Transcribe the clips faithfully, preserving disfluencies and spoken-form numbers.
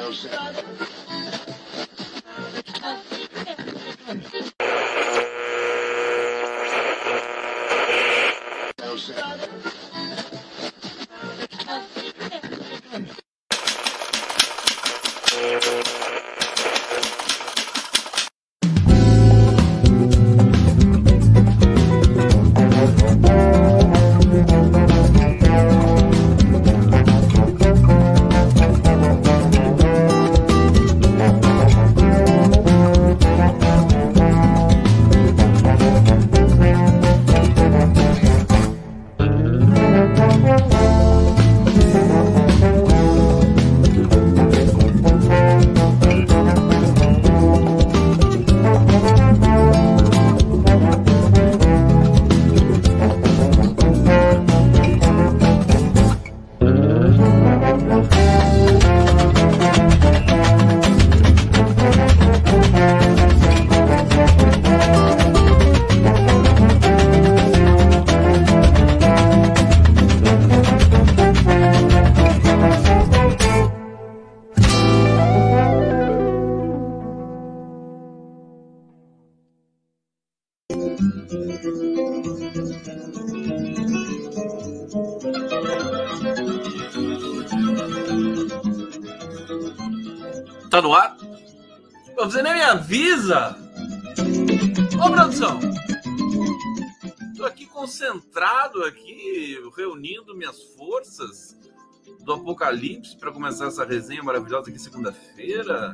Tá no ar? Você nem me avisa! Ô, produção! Tô aqui concentrado aqui, reunindo minhas forças do apocalipse para começar essa resenha maravilhosa aqui segunda-feira.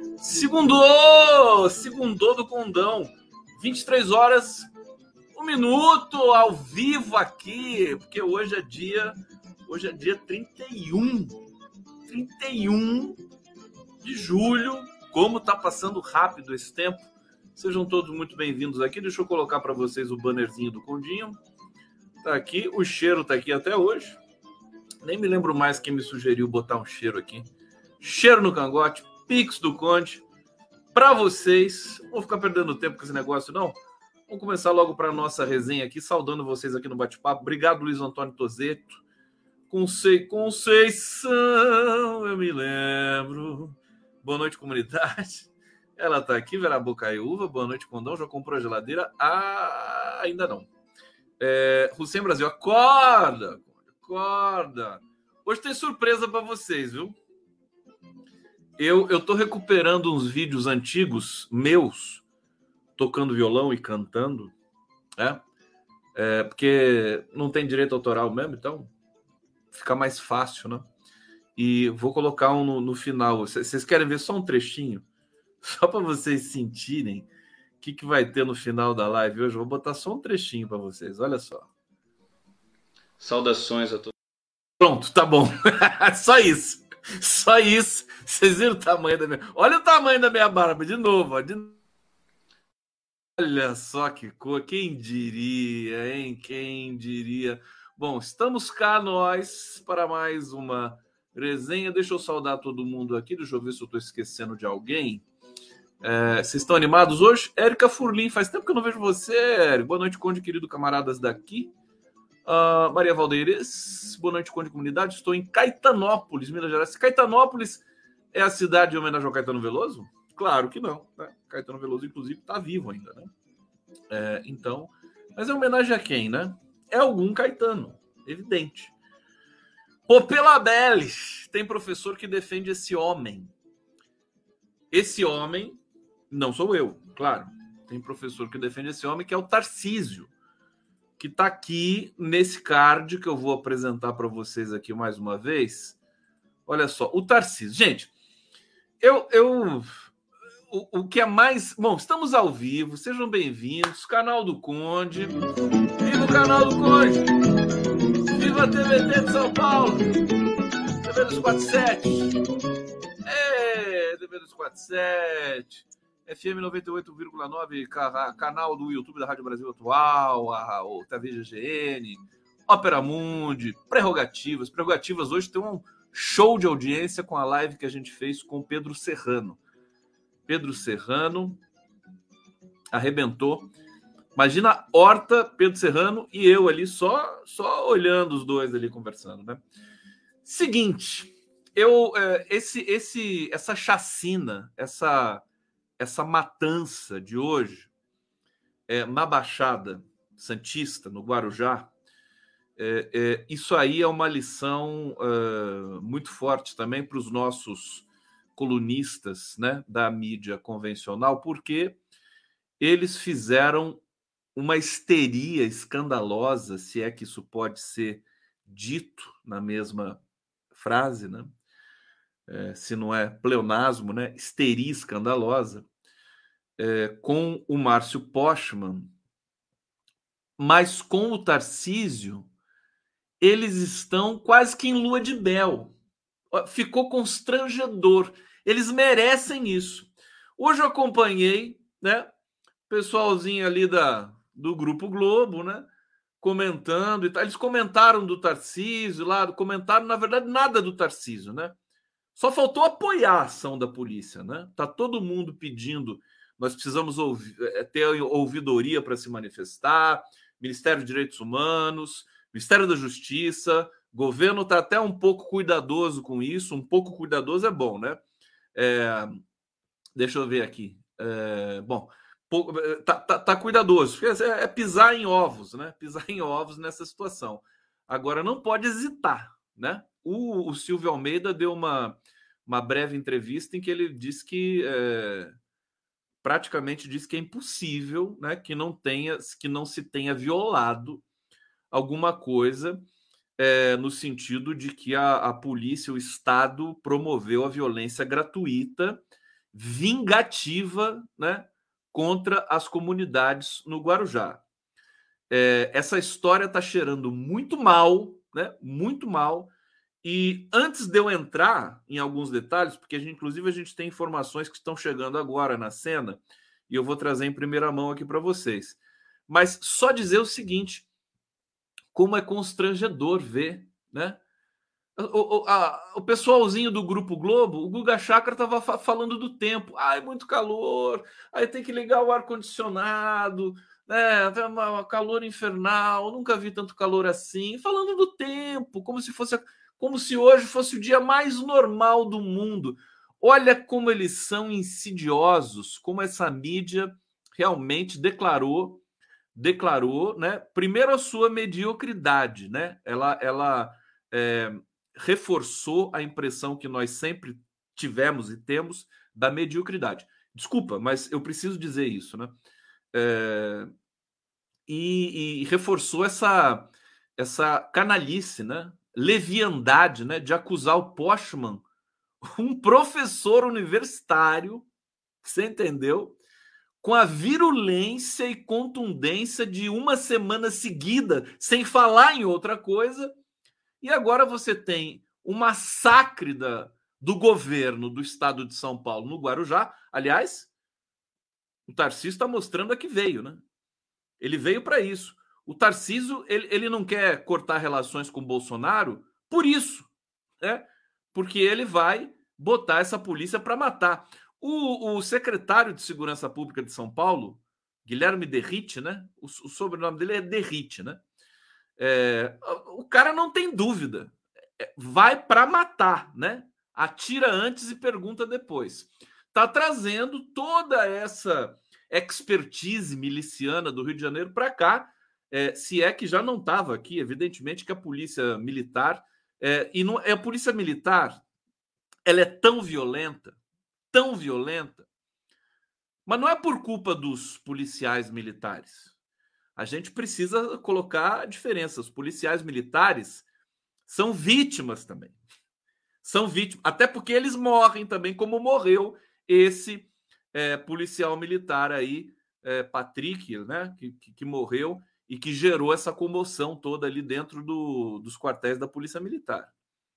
Segundou! Segundou do Condão. vinte e três horas, um minuto ao vivo aqui, porque hoje é dia, hoje é dia trinta e um. trinta e um de julho. Como tá passando rápido esse tempo. Sejam todos muito bem-vindos aqui. Deixa eu colocar para vocês o bannerzinho do Condinho. Tá aqui, o cheiro tá aqui até hoje. Nem me lembro mais quem me sugeriu botar um cheiro aqui. Cheiro no cangote, Pix do Conde. Para vocês, não vou ficar perdendo tempo com esse negócio, não. Vamos começar logo para a nossa resenha aqui, saudando vocês aqui no bate-papo. Obrigado, Luiz Antônio Tozeto. Concei... Conceição, eu me lembro. Boa noite, comunidade. Ela tá aqui, Vera Bocaiúva. Boa noite, Condão. Já comprou a geladeira? Ah, ainda não. É... Hussein Brasil, acorda! Acorda! Hoje tem surpresa para vocês, viu? Eu, eu tô recuperando uns vídeos antigos meus, tocando violão e cantando, né? É, porque não tem direito autoral mesmo, então fica mais fácil, né? E vou colocar um no, no final. Vocês querem ver só um trechinho? Só para vocês sentirem o que, que vai ter no final da live hoje. Eu vou botar só um trechinho para vocês, olha só. Saudações a todos. Pronto, tá bom. Só isso. Só isso. Vocês viram o tamanho da minha... Olha o tamanho da minha barba, de novo. Ó. De... Olha só que cor. Quem diria, hein? Quem diria. Bom, estamos cá nós para mais uma resenha. Deixa eu saudar todo mundo aqui. Deixa eu ver se eu estou esquecendo de alguém. É, vocês estão animados hoje? Érica Furlim, faz tempo que eu não vejo você, Érica. Boa noite, Conde, querido, camaradas daqui. Uh, Maria Valdeires, boa noite, Conde Comunidade. Estou em Caetanópolis, Minas Gerais. Caetanópolis é a cidade em homenagem ao Caetano Veloso? Claro que não, né? Caetano Veloso, inclusive, está vivo ainda, né? É, então, mas é homenagem a quem, né? É algum Caetano, evidente. Popelabelli, tem professor que defende esse homem. Esse homem, não sou eu, claro. Tem professor que defende esse homem, que é o Tarcísio, que está aqui nesse card que eu vou apresentar para vocês aqui mais uma vez. Olha só, o Tarcísio. Gente, eu... eu o, o que é mais... Bom, estamos ao vivo, sejam bem-vindos. Canal do Conde. Viva o canal do Conde! Viva a T V T de São Paulo! T V dos quarenta e sete! É, T V dos quarenta e sete! F M noventa e oito vírgula nove, canal do YouTube da Rádio Brasil Atual, a, o T V G G N, Ópera Mundi, Prerrogativas. Prerrogativas hoje tem um show de audiência com a live que a gente fez com o Pedro Serrano. Pedro Serrano arrebentou. Imagina a Horta, Pedro Serrano e eu ali só, só olhando os dois ali conversando, né? Seguinte, eu, esse, esse, essa chacina, essa, essa matança de hoje é, na Baixada Santista, no Guarujá, é, é, isso aí é uma lição é, muito forte também para os nossos colunistas, né, da mídia convencional, porque eles fizeram uma histeria escandalosa, se é que isso pode ser dito na mesma frase, né? É, se não é pleonasmo, né? Histeria escandalosa, é, com o Márcio Postman, mas com o Tarcísio, eles estão quase que em lua de mel. Ficou constrangedor. Eles merecem isso. Hoje eu acompanhei, né? Pessoalzinho ali da, do Grupo Globo, né? Comentando e tal. Eles comentaram do Tarcísio lá, comentaram, na verdade, nada do Tarcísio, né? Só faltou apoiar a ação da polícia, né? Tá todo mundo pedindo, nós precisamos ouvir, ter ouvidoria para se manifestar, Ministério dos Direitos Humanos, Ministério da Justiça, governo está até um pouco cuidadoso com isso, um pouco cuidadoso é bom, né? É, deixa eu ver aqui. É, bom, tá, tá, tá cuidadoso, é, é pisar em ovos, né? Pisar em ovos nessa situação. Agora, não pode hesitar, né? O, o Silvio Almeida deu uma, uma breve entrevista em que ele disse que é, praticamente disse que é impossível, né, que não tenha, que não se tenha violado alguma coisa é, no sentido de que a, a polícia, o Estado, promoveu a violência gratuita, vingativa, né, contra as comunidades no Guarujá. É, essa história está cheirando muito mal, né, muito mal. E antes de eu entrar em alguns detalhes, porque a gente, inclusive a gente tem informações que estão chegando agora na cena, e eu vou trazer em primeira mão aqui para vocês. Mas só dizer o seguinte, como é constrangedor ver, né? O, o, a, o pessoalzinho do Grupo Globo, o Guga Chakra estava fa falando do tempo. Ai, muito calor, aí tem que ligar o ar-condicionado, né? Um calor infernal, nunca vi tanto calor assim. Falando do tempo, como se fosse... como se hoje fosse o dia mais normal do mundo. Olha como eles são insidiosos, como essa mídia realmente declarou, declarou, né? Primeiro a sua mediocridade, né? Ela, ela é, reforçou a impressão que nós sempre tivemos e temos da mediocridade. Desculpa, mas eu preciso dizer isso, né? É, e, e reforçou essa, essa canalice, né? Leviandade, né, de acusar o Postman, um professor universitário, você entendeu? Com a virulência e contundência de uma semana seguida, sem falar em outra coisa, e agora você tem um massacre da, do governo do estado de São Paulo no Guarujá. Aliás, o Tarcísio está mostrando a que veio, né? Ele veio para isso. O Tarcísio, ele, ele não quer cortar relações com o Bolsonaro por isso, né? Porque ele vai botar essa polícia para matar. O, o secretário de Segurança Pública de São Paulo, Guilherme Derrite, né? O, o sobrenome dele é Derrite, né? É, o cara não tem dúvida. Vai para matar, né? Atira antes e pergunta depois. Tá trazendo toda essa expertise miliciana do Rio de Janeiro para cá, é, se é que já não estava aqui, evidentemente que a polícia militar, é, e não, a polícia militar, ela é tão violenta, tão violenta, mas não é por culpa dos policiais militares. A gente precisa colocar a diferença. Os policiais militares são vítimas também. São vítimas, até porque eles morrem também, como morreu esse é, policial militar aí, é, Patrick, né, que, que, que morreu e que gerou essa comoção toda ali dentro do, dos quartéis da Polícia Militar.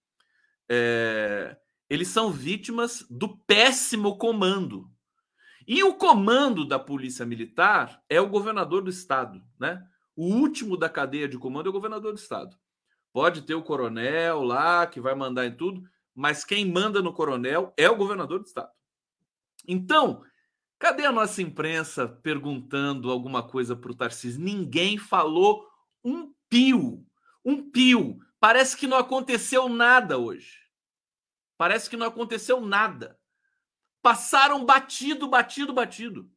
É, eles são vítimas do péssimo comando. E o comando da Polícia Militar é o governador do estado, né? O último da cadeia de comando é o governador do estado. Pode ter o coronel lá que vai mandar em tudo, mas quem manda no coronel é o governador do estado. Então, cadê a nossa imprensa perguntando alguma coisa para o Tarcísio? Ninguém falou um pio, um pio. Parece que não aconteceu nada hoje. Parece que não aconteceu nada. Passaram batido, batido, batido.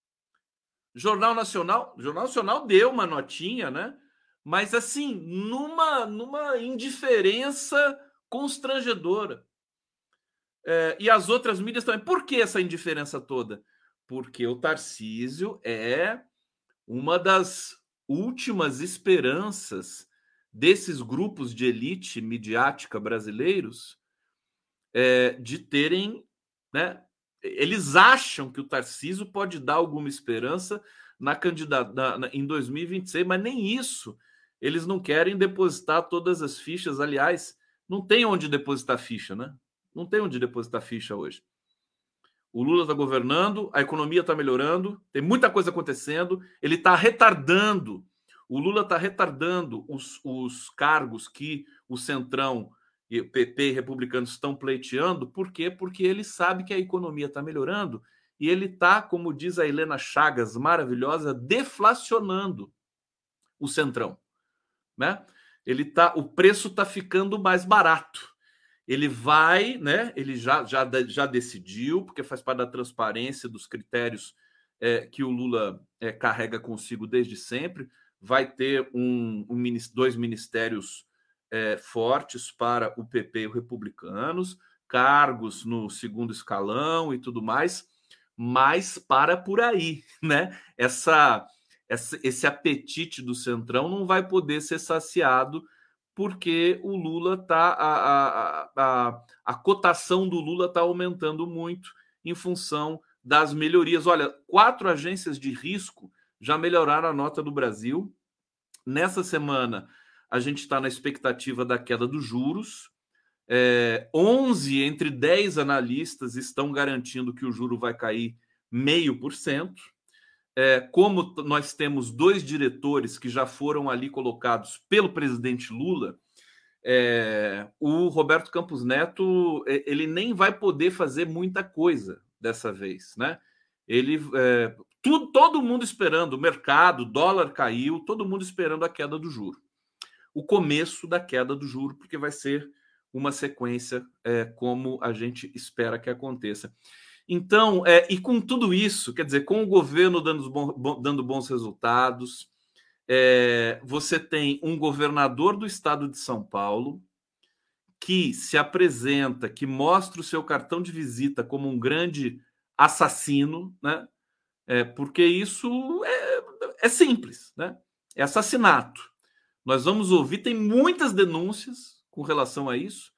Jornal Nacional, Jornal Nacional deu uma notinha, né? Mas assim, numa, numa indiferença constrangedora. É, e as outras mídias também. Por que essa indiferença toda? Porque o Tarcísio é uma das últimas esperanças desses grupos de elite midiática brasileiros é, de terem, né? Eles acham que o Tarcísio pode dar alguma esperança na candidata na, em dois mil e vinte e seis, mas nem isso. Eles não querem depositar todas as fichas. Aliás, não tem onde depositar ficha, né? Não tem onde depositar ficha hoje. O Lula está governando, a economia está melhorando, tem muita coisa acontecendo, ele está retardando, o Lula está retardando os, os cargos que o Centrão, e o P P e republicanos estão pleiteando. Por quê? Porque ele sabe que a economia está melhorando e ele está, como diz a Helena Chagas, maravilhosa, deflacionando o Centrão, né? Ele tá, o preço está ficando mais barato. Ele vai, né? Ele já, já, já decidiu, porque faz parte da transparência dos critérios é, que o Lula é, carrega consigo desde sempre. Vai ter um, um, dois ministérios é, fortes para o P P e os republicanos, cargos no segundo escalão e tudo mais, mas para por aí, né? Essa, essa, esse apetite do Centrão não vai poder ser saciado, porque o Lula tá a, a, a, a cotação do Lula está aumentando muito em função das melhorias. Olha, quatro agências de risco já melhoraram a nota do Brasil. Nessa semana, a gente está na expectativa da queda dos juros. É, onze entre dez analistas estão garantindo que o juro vai cair meio por cento. É, como nós temos dois diretores que já foram ali colocados pelo presidente Lula, é, o Roberto Campos Neto ele nem vai poder fazer muita coisa dessa vez, né? Ele, é, tudo, todo mundo esperando, o mercado, o dólar caiu, todo mundo esperando a queda do juro. O começo da queda do juro, porque vai ser uma sequência é, como a gente espera que aconteça. Então, é, e com tudo isso, quer dizer, com o governo dando, bom, dando bons resultados, é, você tem um governador do estado de São Paulo que se apresenta, que mostra o seu cartão de visita como um grande assassino, né? É, porque isso é, é simples, né? É assassinato. Nós vamos ouvir, tem muitas denúncias com relação a isso,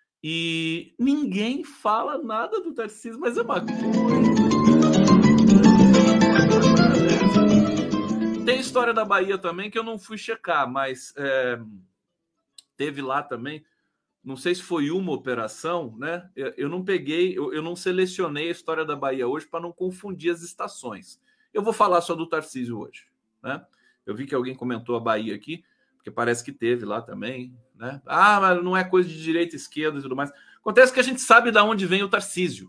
e ninguém fala nada do Tarcísio, mas é uma coisa. Tem a história da Bahia também, que eu não fui checar, mas é, teve lá também, não sei se foi uma operação, né? Eu não peguei, eu, eu não selecionei a história da Bahia hoje para não confundir as estações. Eu vou falar só do Tarcísio hoje, né? Eu vi que alguém comentou a Bahia aqui, porque parece que teve lá também, né? Ah, mas não é coisa de direita, esquerda e tudo mais. Acontece que a gente sabe de onde vem o Tarcísio.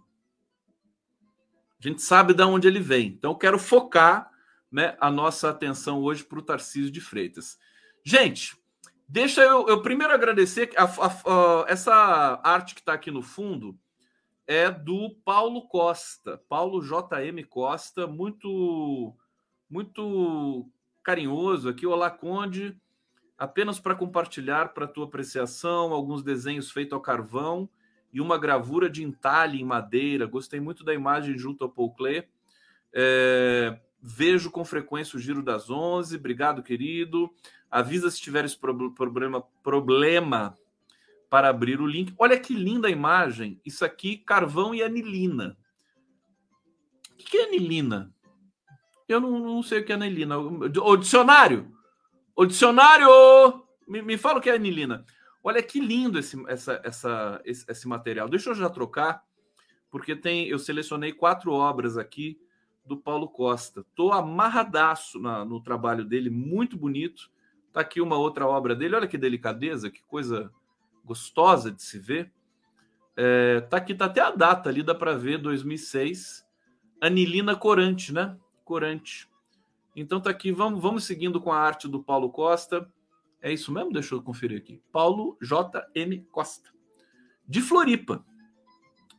A gente sabe de onde ele vem. Então, eu quero focar, né, a nossa atenção hoje para o Tarcísio de Freitas. Gente, deixa eu, eu primeiro agradecer. A, a, a, essa arte que está aqui no fundo é do Paulo Costa. Paulo J M Costa, muito, muito carinhoso aqui. Olá, Conde. Apenas para compartilhar para a tua apreciação, alguns desenhos feitos ao carvão e uma gravura de entalhe em madeira. Gostei muito da imagem junto ao Paul Klee. É, vejo com frequência o Giro das Onze. Obrigado, querido. Avisa se tiveres pro- problema, problema para abrir o link. Olha que linda a imagem. Isso aqui, carvão e anilina. O que é anilina? Eu não, não sei o que é anilina. O dicionário! O dicionário! Me, me fala o que é anilina. Olha que lindo esse, essa, essa, esse, esse material. Deixa eu já trocar, porque tem, eu selecionei quatro obras aqui do Paulo Costa. Estou amarradaço na, no trabalho dele, muito bonito. Está aqui uma outra obra dele. Olha que delicadeza, que coisa gostosa de se ver. É, tá aqui, tá até a data ali, dá para ver, dois mil e seis. Anilina corante, né? Corante. Então tá aqui, vamos, vamos seguindo com a arte do Paulo Costa. É isso mesmo? Deixa eu conferir aqui. Paulo J M Costa. De Floripa.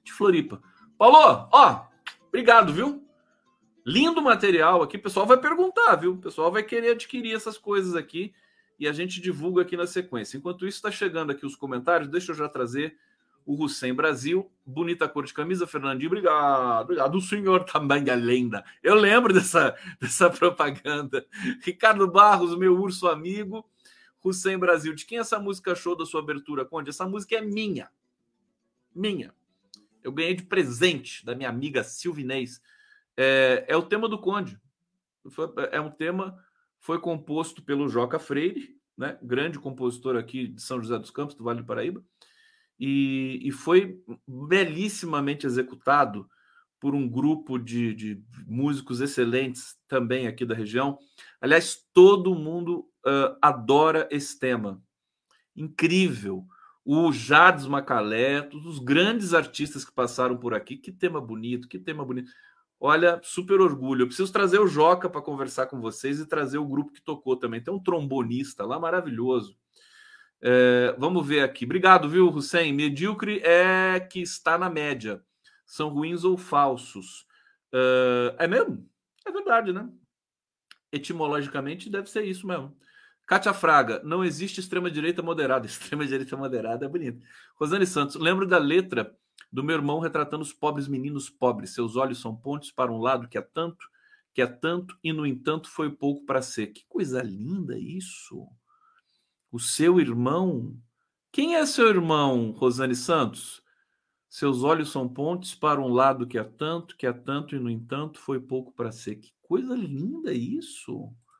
de Floripa. Paulo, ó, obrigado, viu? Lindo material aqui. O pessoal vai perguntar, viu? O pessoal vai querer adquirir essas coisas aqui e a gente divulga aqui na sequência. Enquanto isso, está chegando aqui os comentários. Deixa eu já trazer o Hussein Brasil. Bonita cor de camisa, Fernandinho. Obrigado. Obrigado. O senhor também é lenda. Eu lembro dessa, dessa propaganda. Ricardo Barros, meu urso amigo. Hussein Brasil. De quem é essa música show da sua abertura, Conde? Essa música é minha. Minha. Eu ganhei de presente da minha amiga Silvinês. É, é o tema do Conde. Foi, é um tema, foi composto pelo Joca Freire, né? Grande compositor aqui de São José dos Campos, do Vale do Paraíba, e, e foi belíssimamente executado por um grupo de, de músicos excelentes também aqui da região. Aliás, todo mundo uh, adora esse tema. Incrível. O Jades Macalé, todos os grandes artistas que passaram por aqui. Que tema bonito, que tema bonito. Olha, super orgulho. Eu preciso trazer o Joca para conversar com vocês e trazer o grupo que tocou também. Tem um trombonista lá maravilhoso. É, vamos ver aqui. Obrigado, viu, Hussein? Medíocre é que está na média. São ruins ou falsos? É, é mesmo? É verdade, né? Etimologicamente deve ser isso mesmo. Kátia Fraga, não existe extrema-direita moderada. Extrema-direita moderada é bonito. Rosane Santos, lembro da letra do meu irmão retratando os pobres meninos pobres. Seus olhos são pontes para um lado que é tanto, que é tanto, e no entanto foi pouco para ser. Que coisa linda isso! O seu irmão... Quem é seu irmão, Rosane Santos? Seus olhos são pontes para um lado que é tanto, que é tanto, e no entanto foi pouco para ser. Que coisa linda isso!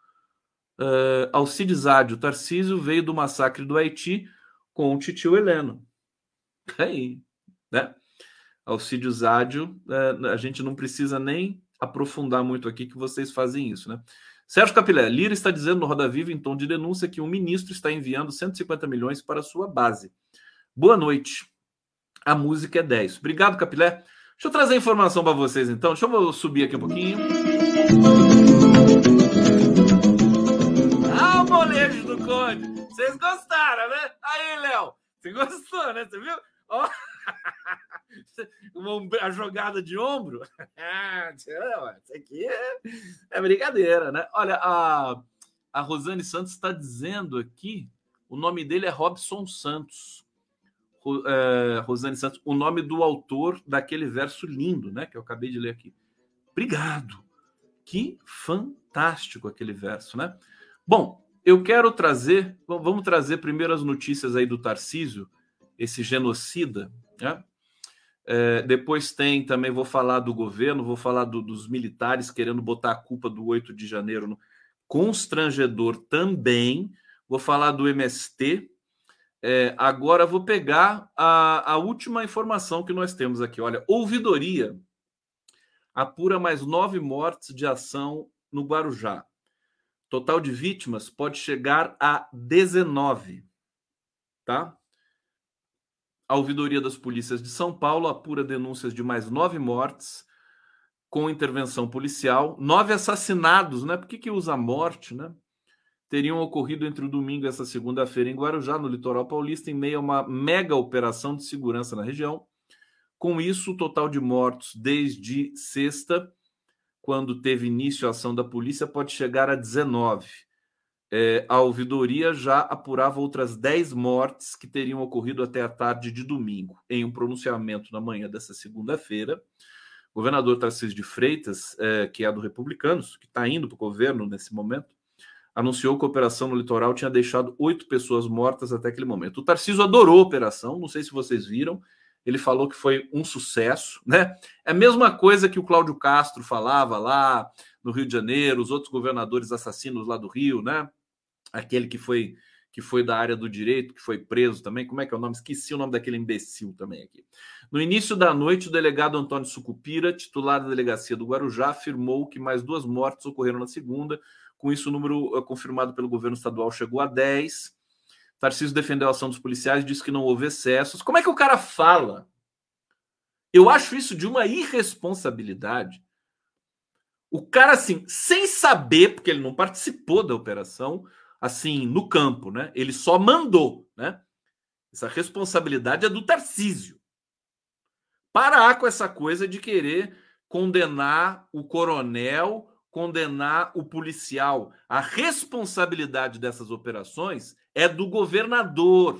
Uh, Alcides Ádio, Tarcísio veio do massacre do Haiti com o titio Heleno. Aí, né? Alcides Ádio, uh, a gente não precisa nem aprofundar muito aqui que vocês fazem isso, né? Sérgio Capilé, Lira está dizendo no Roda Viva em tom de denúncia que um ministro está enviando cento e cinquenta milhões para a sua base. Boa noite. A música é dez. Obrigado, Capilé. Deixa eu trazer a informação para vocês, então. Deixa eu subir aqui um pouquinho. Ah, o molejo do Conde. Vocês gostaram, né? Aí, Léo. Você gostou, né? Você viu? Ó. A jogada de ombro. Isso aqui é, é brincadeira, né? Olha, a, a Rosane Santos está dizendo aqui, o nome dele é Robson Santos. É, Rosane Santos, o nome do autor daquele verso lindo, né? Que eu acabei de ler aqui. Obrigado. Que fantástico aquele verso, né? Bom, eu quero trazer, vamos trazer primeiro as notícias aí do Tarcísio, esse genocida, né? É, depois tem, também vou falar do governo, vou falar do, dos militares querendo botar a culpa do oito de janeiro no constrangedor também, vou falar do M S T. É, agora vou pegar a, a última informação que nós temos aqui. Olha, ouvidoria apura mais nove mortes de ação no Guarujá. Total de vítimas pode chegar a dezenove, tá? A ouvidoria das polícias de São Paulo apura denúncias de mais nove mortes com intervenção policial, nove assassinados, né? Por que que usa morte, né? Teriam ocorrido entre o domingo e essa segunda-feira em Guarujá, no litoral paulista, em meio a uma mega operação de segurança na região. Com isso, o total de mortos desde sexta, quando teve início a ação da polícia, pode chegar a dezenove. É, a ouvidoria já apurava outras dez mortes que teriam ocorrido até a tarde de domingo. Em um pronunciamento na manhã dessa segunda-feira, o governador Tarcísio de Freitas, é, que é do Republicanos, que está indo para o governo nesse momento, anunciou que a operação no litoral tinha deixado oito pessoas mortas até aquele momento. O Tarcísio adorou a operação, não sei se vocês viram, ele falou que foi um sucesso, né? É a mesma coisa que o Cláudio Castro falava lá no Rio de Janeiro, os outros governadores assassinos lá do Rio, né? Aquele que foi, que foi da área do direito, que foi preso também. Como é que é o nome? Esqueci o nome daquele imbecil também aqui. No início da noite, o delegado Antônio Sucupira, titular da delegacia do Guarujá, afirmou que mais duas mortes ocorreram na segunda. Com isso, o número confirmado pelo governo estadual chegou a dez. Tarcísio defendeu a ação dos policiais e disse que não houve excessos. Como é que o cara fala? Eu acho isso de uma irresponsabilidade. O cara, assim, sem saber, porque ele não participou da operação, assim, no campo, né? Ele só mandou, né? Essa responsabilidade é do Tarcísio. parar com essa coisa de querer condenar o coronel, condenar o policial. A responsabilidade dessas operações é do governador,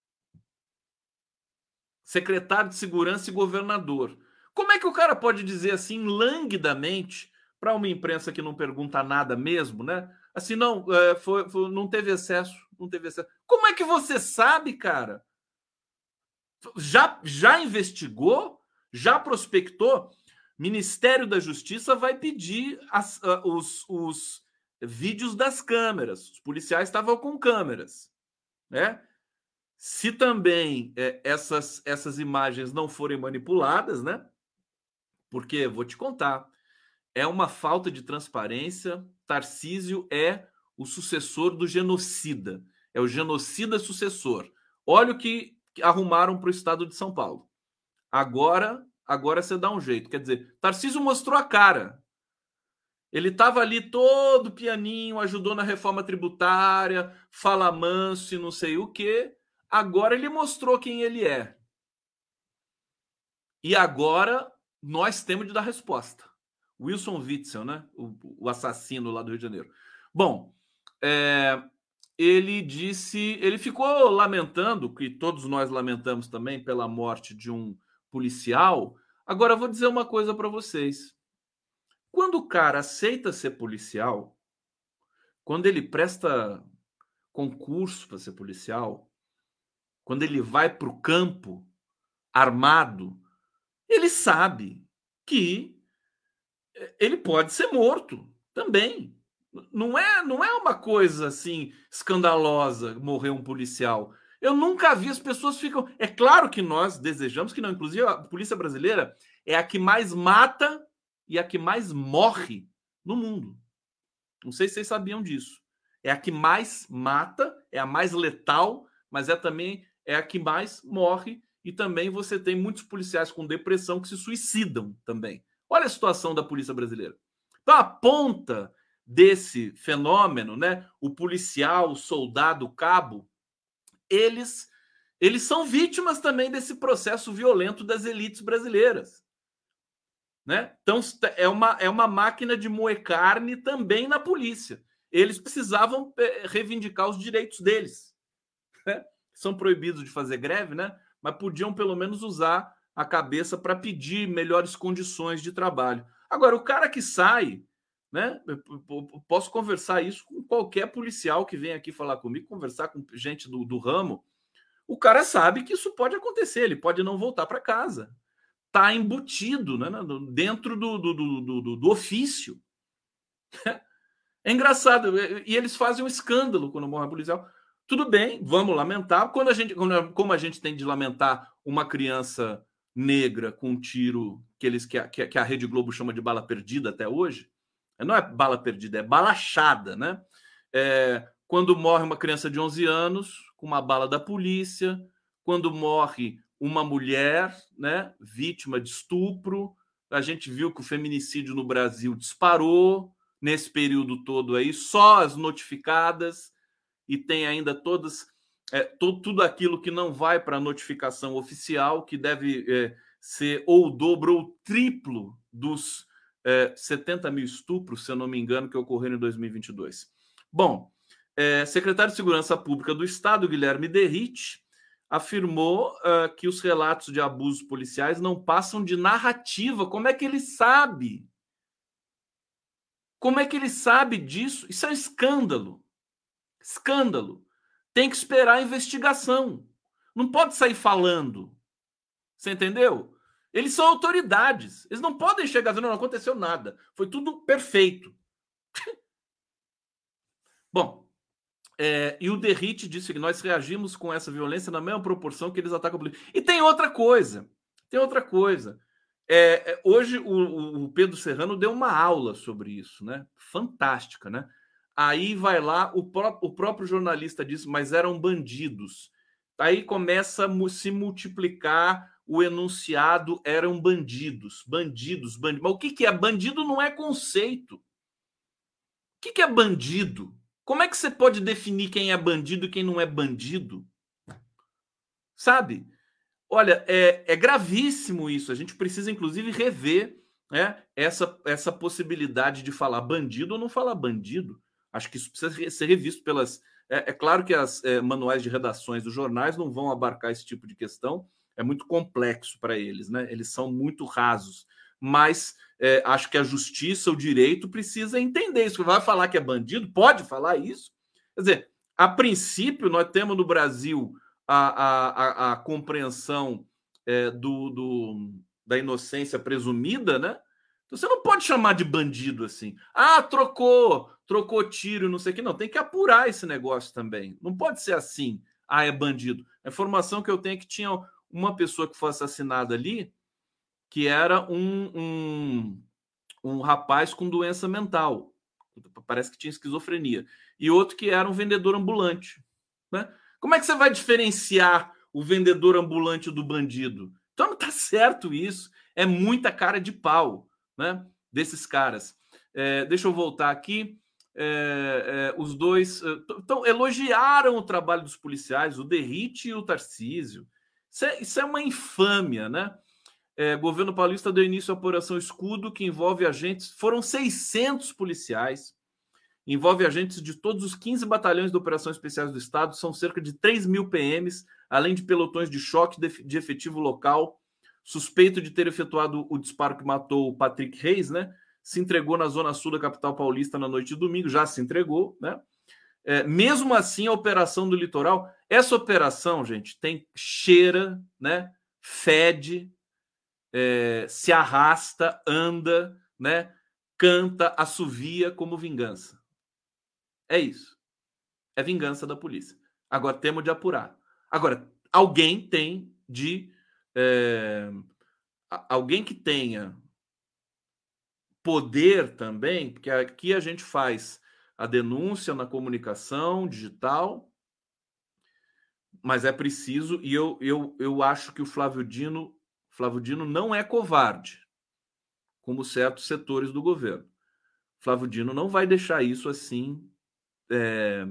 secretário de segurança e governador. Como é que o cara pode dizer assim, languidamente, para uma imprensa que não pergunta nada mesmo, né? Assim, não, é, foi, foi, não teve excesso, não teve excesso. Como é que você sabe, cara? Já, já investigou? Já prospectou? Ministério da Justiça vai pedir as, uh, os, os vídeos das câmeras. Os policiais estavam com câmeras, né? Se também é, essas, essas imagens não forem manipuladas, né? Porque, vou te contar, é uma falta de transparência. Tarcísio é o sucessor do genocida. É o genocida sucessor. Olha o que arrumaram para o estado de São Paulo. Agora, agora você dá um jeito. Quer dizer, Tarcísio mostrou a cara. Ele estava ali todo pianinho, ajudou na reforma tributária, fala manso e não sei o quê. Agora ele mostrou quem ele é. E agora nós temos de dar resposta. Wilson Witzel, né? O, o assassino lá do Rio de Janeiro. Bom, é, ele disse, ele ficou lamentando, que todos nós lamentamos também pela morte de um policial. Agora eu vou dizer uma coisa para vocês. Quando o cara aceita ser policial, quando ele presta concurso para ser policial, quando ele vai para o campo armado, ele sabe que ele pode ser morto também. Não é, não é uma coisa assim escandalosa morrer um policial. Eu nunca vi, as pessoas ficam. É claro que nós desejamos que não. Inclusive, a polícia brasileira é a que mais mata e a que mais morre no mundo. Não sei se vocês sabiam disso. É a que mais mata, é a mais letal, mas é também é a que mais morre. E também você tem muitos policiais com depressão que se suicidam também. Olha a situação da polícia brasileira. Então, a ponta desse fenômeno, né, o policial, o soldado, o cabo, eles, eles são vítimas também desse processo violento das elites brasileiras. Né? Então, é uma, é uma máquina de moer carne também na polícia. Eles precisavam reivindicar os direitos deles. Né? São proibidos de fazer greve, né? Mas podiam pelo menos usar a cabeça para pedir melhores condições de trabalho. Agora, o cara que sai, né? Eu posso conversar isso com qualquer policial que vem aqui falar comigo, conversar com gente do, do ramo. O cara sabe que isso pode acontecer, ele pode não voltar para casa. Está embutido, né? Dentro do, do, do, do, do ofício. É engraçado. E eles fazem um escândalo quando morre um policial. Tudo bem, vamos lamentar. Quando a gente, como a gente tem de lamentar uma criança negra com um tiro que, eles, que, a, que a Rede Globo chama de bala perdida até hoje, não é bala perdida, é bala achada, né? É, quando morre uma criança de onze anos com uma bala da polícia, quando morre uma mulher, né, vítima de estupro, a gente viu que o feminicídio no Brasil disparou nesse período todo aí, só as notificadas, e tem ainda todas é, to, tudo aquilo que não vai para a notificação oficial, que deve é, ser ou o dobro ou o triplo dos é, setenta mil estupros, se eu não me engano, que ocorreram em dois mil e vinte e dois. Bom, é, secretário de Segurança Pública do Estado, Guilherme Derrite, afirmou uh, que os relatos de abusos policiais não passam de narrativa. Como é que ele sabe? Como é que ele sabe disso? Isso é um escândalo. Escândalo. Tem que esperar a investigação. Não pode sair falando. Você entendeu? Eles são autoridades. Eles não podem chegar dizendo, não, não aconteceu nada. Foi tudo perfeito. Bom, é, e o Derrite disse que nós reagimos com essa violência na mesma proporção que eles atacam a polícia. E tem outra coisa. Tem outra coisa. É, é, hoje o, o Pedro Serrano deu uma aula sobre isso, né? Fantástica, né? Aí vai lá, o, pró o próprio jornalista disse, mas eram bandidos. Aí começa a se multiplicar o enunciado, eram bandidos, bandidos, bandidos. Mas o que, que é? Bandido não é conceito. O que, que é bandido? Como é que você pode definir quem é bandido e quem não é bandido? Sabe? Olha, é, é gravíssimo isso. A gente precisa, inclusive, rever, né, essa, essa possibilidade de falar bandido ou não falar bandido. Acho que isso precisa ser revisto pelas. É, é claro que as é, manuais de redações dos jornais não vão abarcar esse tipo de questão. É muito complexo para eles, né? Eles são muito rasos. Mas é, acho que a justiça, o direito, precisa entender isso. Vai falar que é bandido? Pode falar isso? Quer dizer, a princípio, nós temos no Brasil a, a, a, a compreensão é, do, do, da inocência presumida, né? Então você não pode chamar de bandido assim. Ah, trocou, trocou tiro, não sei o que. Não, tem que apurar esse negócio também. Não pode ser assim. Ah, é bandido. A informação que eu tenho é que tinha uma pessoa que foi assassinada ali, que era um, um, um rapaz com doença mental. Parece que tinha esquizofrenia. E outro que era um vendedor ambulante, né? Como é que você vai diferenciar o vendedor ambulante do bandido? Então não está certo isso. É muita cara de pau, né, desses caras. É, deixa eu voltar aqui. É, é, os dois então, elogiaram o trabalho dos policiais, o Derrite e o Tarcísio. Isso é, isso é uma infâmia, né? É, governo paulista deu início à Operação Escudo, que envolve agentes. Foram seiscentos policiais. Envolve agentes de todos os quinze batalhões de operações especiais do Estado, são cerca de três mil P Ms, além de pelotões de choque de efetivo local. Suspeito de ter efetuado o disparo que matou o Patrick Reis, né? Se entregou na zona sul da capital paulista na noite de domingo, já se entregou, né? É, mesmo assim, a operação do litoral, essa operação, gente, tem cheira, né? Fede, é, se arrasta, anda, né? Canta, assovia como vingança. É isso. É vingança da polícia. Agora temos de apurar. Agora, alguém tem de. É, alguém que tenha poder também, porque aqui a gente faz a denúncia na comunicação digital, mas é preciso, e eu, eu, eu acho que o Flávio Dino, Flávio Dino não é covarde, como certos setores do governo. Flávio Dino não vai deixar isso assim. É,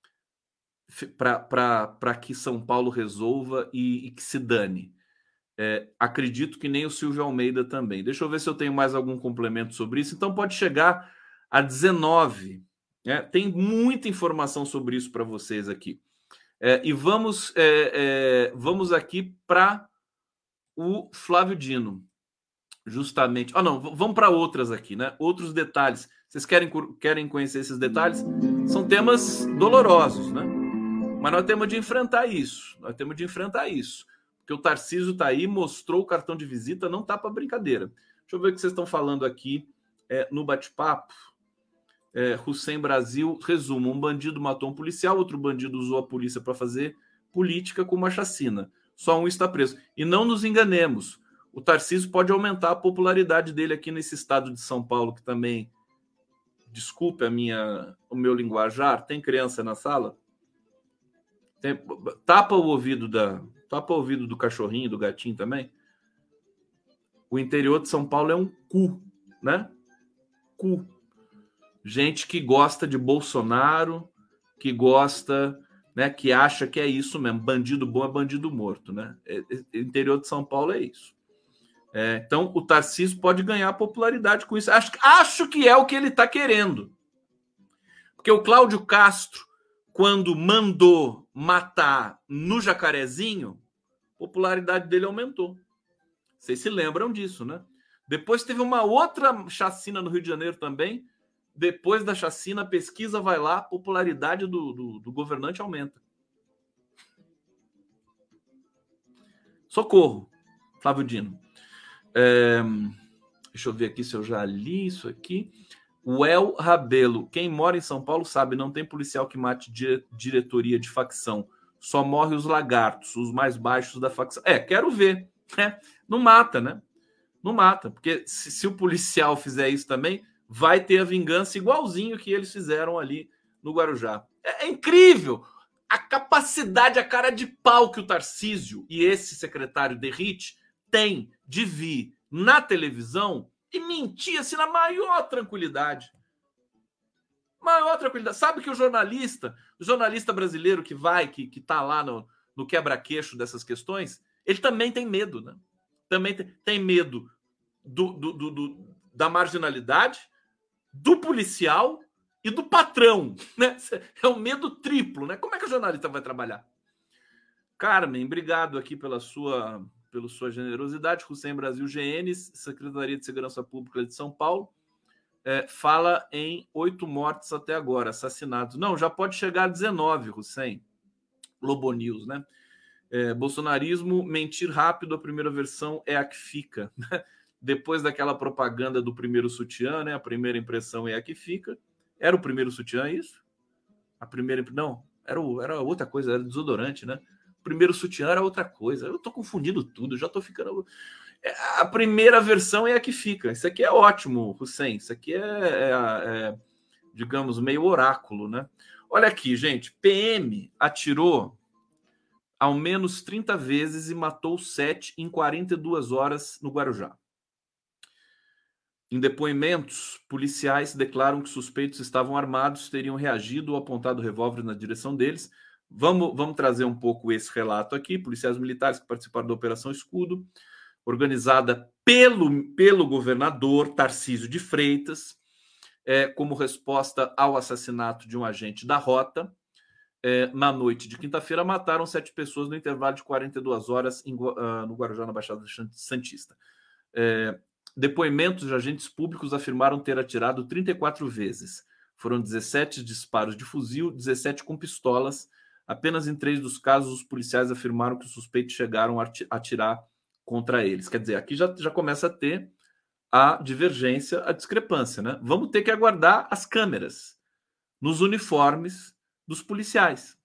para que São Paulo resolva e, e que se dane. É, acredito que nem o Silvio Almeida também. Deixa eu ver se eu tenho mais algum complemento sobre isso. Então pode chegar a dezenove. Né? Tem muita informação sobre isso para vocês aqui. É, e vamos, é, é, vamos aqui para o Flávio Dino. Justamente. Ah, não, vamos para outras aqui, né? Outros detalhes. Vocês querem, querem conhecer esses detalhes? São temas dolorosos, né? Mas nós temos de enfrentar isso. Nós temos de enfrentar isso. Porque o Tarcísio está aí, mostrou o cartão de visita, não tá para brincadeira. Deixa eu ver o que vocês estão falando aqui é, no bate-papo. É, Hussein Brasil, resumo: um bandido matou um policial, outro bandido usou a polícia para fazer política com uma chacina. Só um está preso. E não nos enganemos. O Tarcísio pode aumentar a popularidade dele aqui nesse estado de São Paulo, que também, desculpe a minha, o meu linguajar, tem criança na sala? Tem, tapa o ouvido da, tapa o ouvido do cachorrinho, do gatinho também. O interior de São Paulo é um cu, né? Cu. Gente que gosta de Bolsonaro, que gosta, né? Que acha que é isso mesmo. Bandido bom é bandido morto, né? É, é, interior de São Paulo é isso. É, então o Tarcísio pode ganhar popularidade com isso. Acho, acho que é o que ele está querendo. Porque o Cláudio Castro, quando mandou matar no Jacarezinho, a popularidade dele aumentou. Vocês se lembram disso, né? Depois teve uma outra chacina no Rio de Janeiro também. Depois da chacina, a pesquisa vai lá, a popularidade do, do, do governante aumenta. Socorro, Flávio Dino. É, deixa eu ver aqui se eu já li isso aqui. O El Rabelo. Quem mora em São Paulo sabe, não tem policial que mate dire- diretoria de facção. Só morre os lagartos, os mais baixos da facção. É, quero ver. Né? Não mata, né? Não mata. Porque se, se o policial fizer isso também, vai ter a vingança igualzinho que eles fizeram ali no Guarujá. É, é incrível a capacidade, a cara de pau que o Tarcísio e esse secretário Derrite tem de vir na televisão e mentir assim na maior tranquilidade. Maior tranquilidade. Sabe que o jornalista, o jornalista brasileiro que vai, que, que tá lá no, no quebra-queixo dessas questões, ele também tem medo, né? Também tem, tem medo do, do, do, do, da marginalidade, do policial e do patrão, né? É um medo triplo, né? Como é que a jornalista vai trabalhar? Carmen, obrigado aqui pela sua, pela sua generosidade. Hussein Brasil G N, Secretaria de Segurança Pública de São Paulo, é, fala em oito mortes até agora, assassinados. Não, já pode chegar a dezenove, Hussein. Globo News, né? É, bolsonarismo, mentir rápido, a primeira versão é a que fica. Depois daquela propaganda do primeiro sutiã, né? A primeira impressão é a que fica. Era o primeiro sutiã isso? A primeira não, era, o, era outra coisa, era desodorante, né? O primeiro sutiã era outra coisa. Eu tô confundindo tudo, já tô ficando. A primeira versão é a que fica. Isso aqui é ótimo, Hussein. Isso aqui é, é, é digamos, meio oráculo, né? Olha aqui, gente. P M atirou ao menos trinta vezes e matou sete em quarenta e duas horas no Guarujá. Em depoimentos, policiais declaram que suspeitos estavam armados, teriam reagido ou apontado revólver na direção deles. Vamos, vamos trazer um pouco esse relato aqui. Policiais militares que participaram da Operação Escudo, organizada pelo, pelo governador Tarcísio de Freitas, é, como resposta ao assassinato de um agente da Rota. É, na noite de quinta-feira, mataram sete pessoas no intervalo de quarenta e duas horas em, uh, no Guarujá, na Baixada Santista. É, depoimentos de agentes públicos afirmaram ter atirado trinta e quatro vezes. Foram dezessete disparos de fuzil, dezessete com pistolas. Apenas em três dos casos, os policiais afirmaram que os suspeitos chegaram a atirar contra eles. Quer dizer, aqui já, já começa a ter a divergência, a discrepância, né? Vamos ter que aguardar as câmeras nos uniformes dos policiais.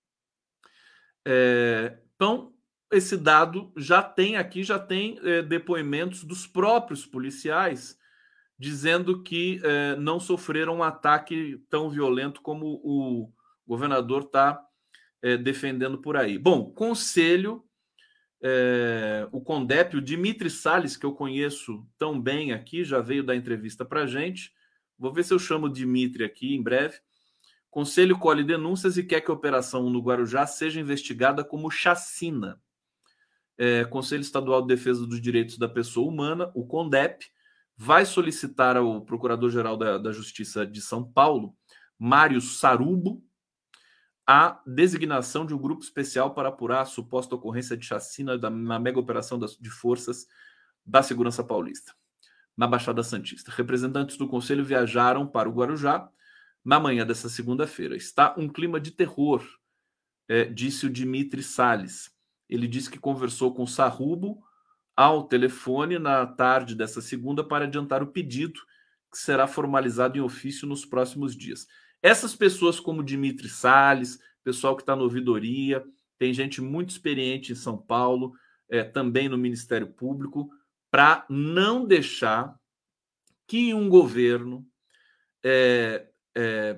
É, então, esse dado já tem aqui, já tem é, depoimentos dos próprios policiais dizendo que é, não sofreram um ataque tão violento como o governador está é, defendendo por aí. Bom, conselho, é, o CONDEP, o Dimitri Salles, que eu conheço tão bem aqui, já veio dar entrevista para a gente. Vou ver se eu chamo o Dimitri aqui em breve. Conselho colhe denúncias e quer que a operação no Guarujá seja investigada como chacina. É, Conselho Estadual de Defesa dos Direitos da Pessoa Humana, o CONDEP, vai solicitar ao Procurador-Geral da, da Justiça de São Paulo, Mário Sarubo, a designação de um grupo especial para apurar a suposta ocorrência de chacina da, na mega operação das, de forças da Segurança Paulista, na Baixada Santista. Representantes do Conselho viajaram para o Guarujá na manhã dessa segunda-feira. Está um clima de terror, é, disse o Dimitri Salles. Ele disse que conversou com Sarubo ao telefone na tarde dessa segunda para adiantar o pedido, que será formalizado em ofício nos próximos dias. Essas pessoas como Dimitri Salles, pessoal que está na ouvidoria, tem gente muito experiente em São Paulo, é, também no Ministério Público, para não deixar que um governo é, É,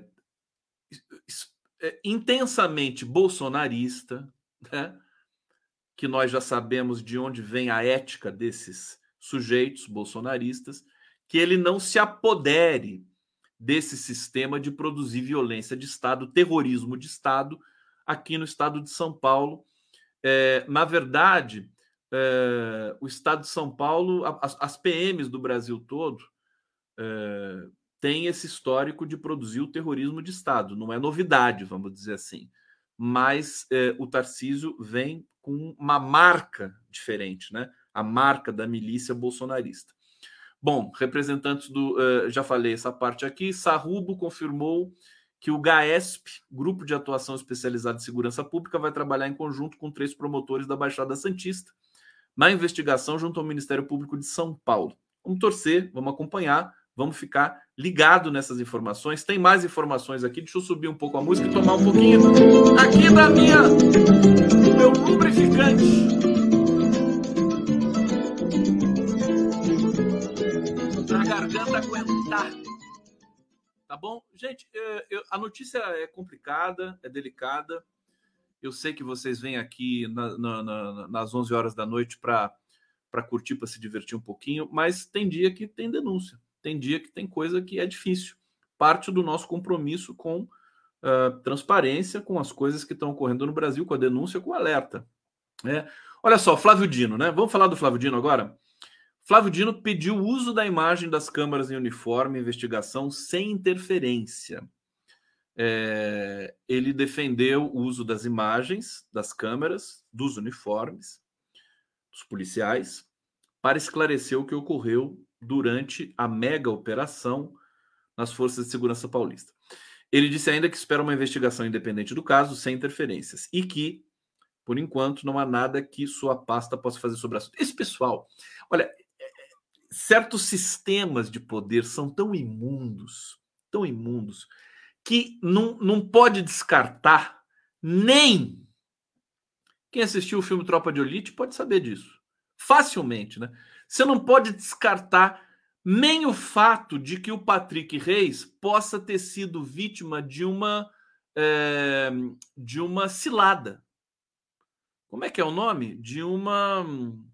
é, intensamente bolsonarista, né? Que nós já sabemos de onde vem a ética desses sujeitos bolsonaristas, que ele não se apodere desse sistema de produzir violência de Estado, terrorismo de Estado, aqui no estado de São Paulo. É, na verdade, é, o estado de São Paulo, as, as P Ms do Brasil todo, é, tem esse histórico de produzir o terrorismo de Estado. Não é novidade, vamos dizer assim. Mas eh, o Tarcísio vem com uma marca diferente, né? A marca da milícia bolsonarista. Bom, representantes do... Uh, já falei essa parte aqui. Sarubo confirmou que o GAESP, Grupo de Atuação Especializada em Segurança Pública, vai trabalhar em conjunto com três promotores da Baixada Santista na investigação junto ao Ministério Público de São Paulo. Vamos torcer, vamos acompanhar, vamos ficar ligado nessas informações. Tem mais informações aqui. Deixa eu subir um pouco a música e tomar um pouquinho aqui da minha, do meu lubrificante. Pra garganta aguentar. Tá bom? Gente, eu, a notícia é complicada, é delicada. Eu sei que vocês vêm aqui na, na, na, nas onze horas da noite para para curtir, para se divertir um pouquinho, mas tem dia que tem denúncia. Tem dia que tem coisa que é difícil. Parte do nosso compromisso com uh, transparência, com as coisas que estão ocorrendo no Brasil, com a denúncia, com o alerta. Né? Olha só, Flávio Dino, né? Vamos falar do Flávio Dino agora? Flávio Dino pediu o uso da imagem das câmaras em uniforme, investigação sem interferência. É, ele defendeu o uso das imagens das câmeras, dos uniformes, dos policiais, para esclarecer o que ocorreu durante a mega operação nas Forças de Segurança Paulista. Ele disse ainda que espera uma investigação independente do caso, sem interferências, e que, por enquanto, não há nada que sua pasta possa fazer sobre o assunto. Esse pessoal, olha, certos sistemas de poder são tão imundos, tão imundos, que não, não pode descartar nem... Quem assistiu o filme Tropa de Elite pode saber disso. Facilmente, né? Você não pode descartar nem o fato de que o Patrick Reis possa ter sido vítima de uma, é, de uma cilada. Como é que é o nome? De uma,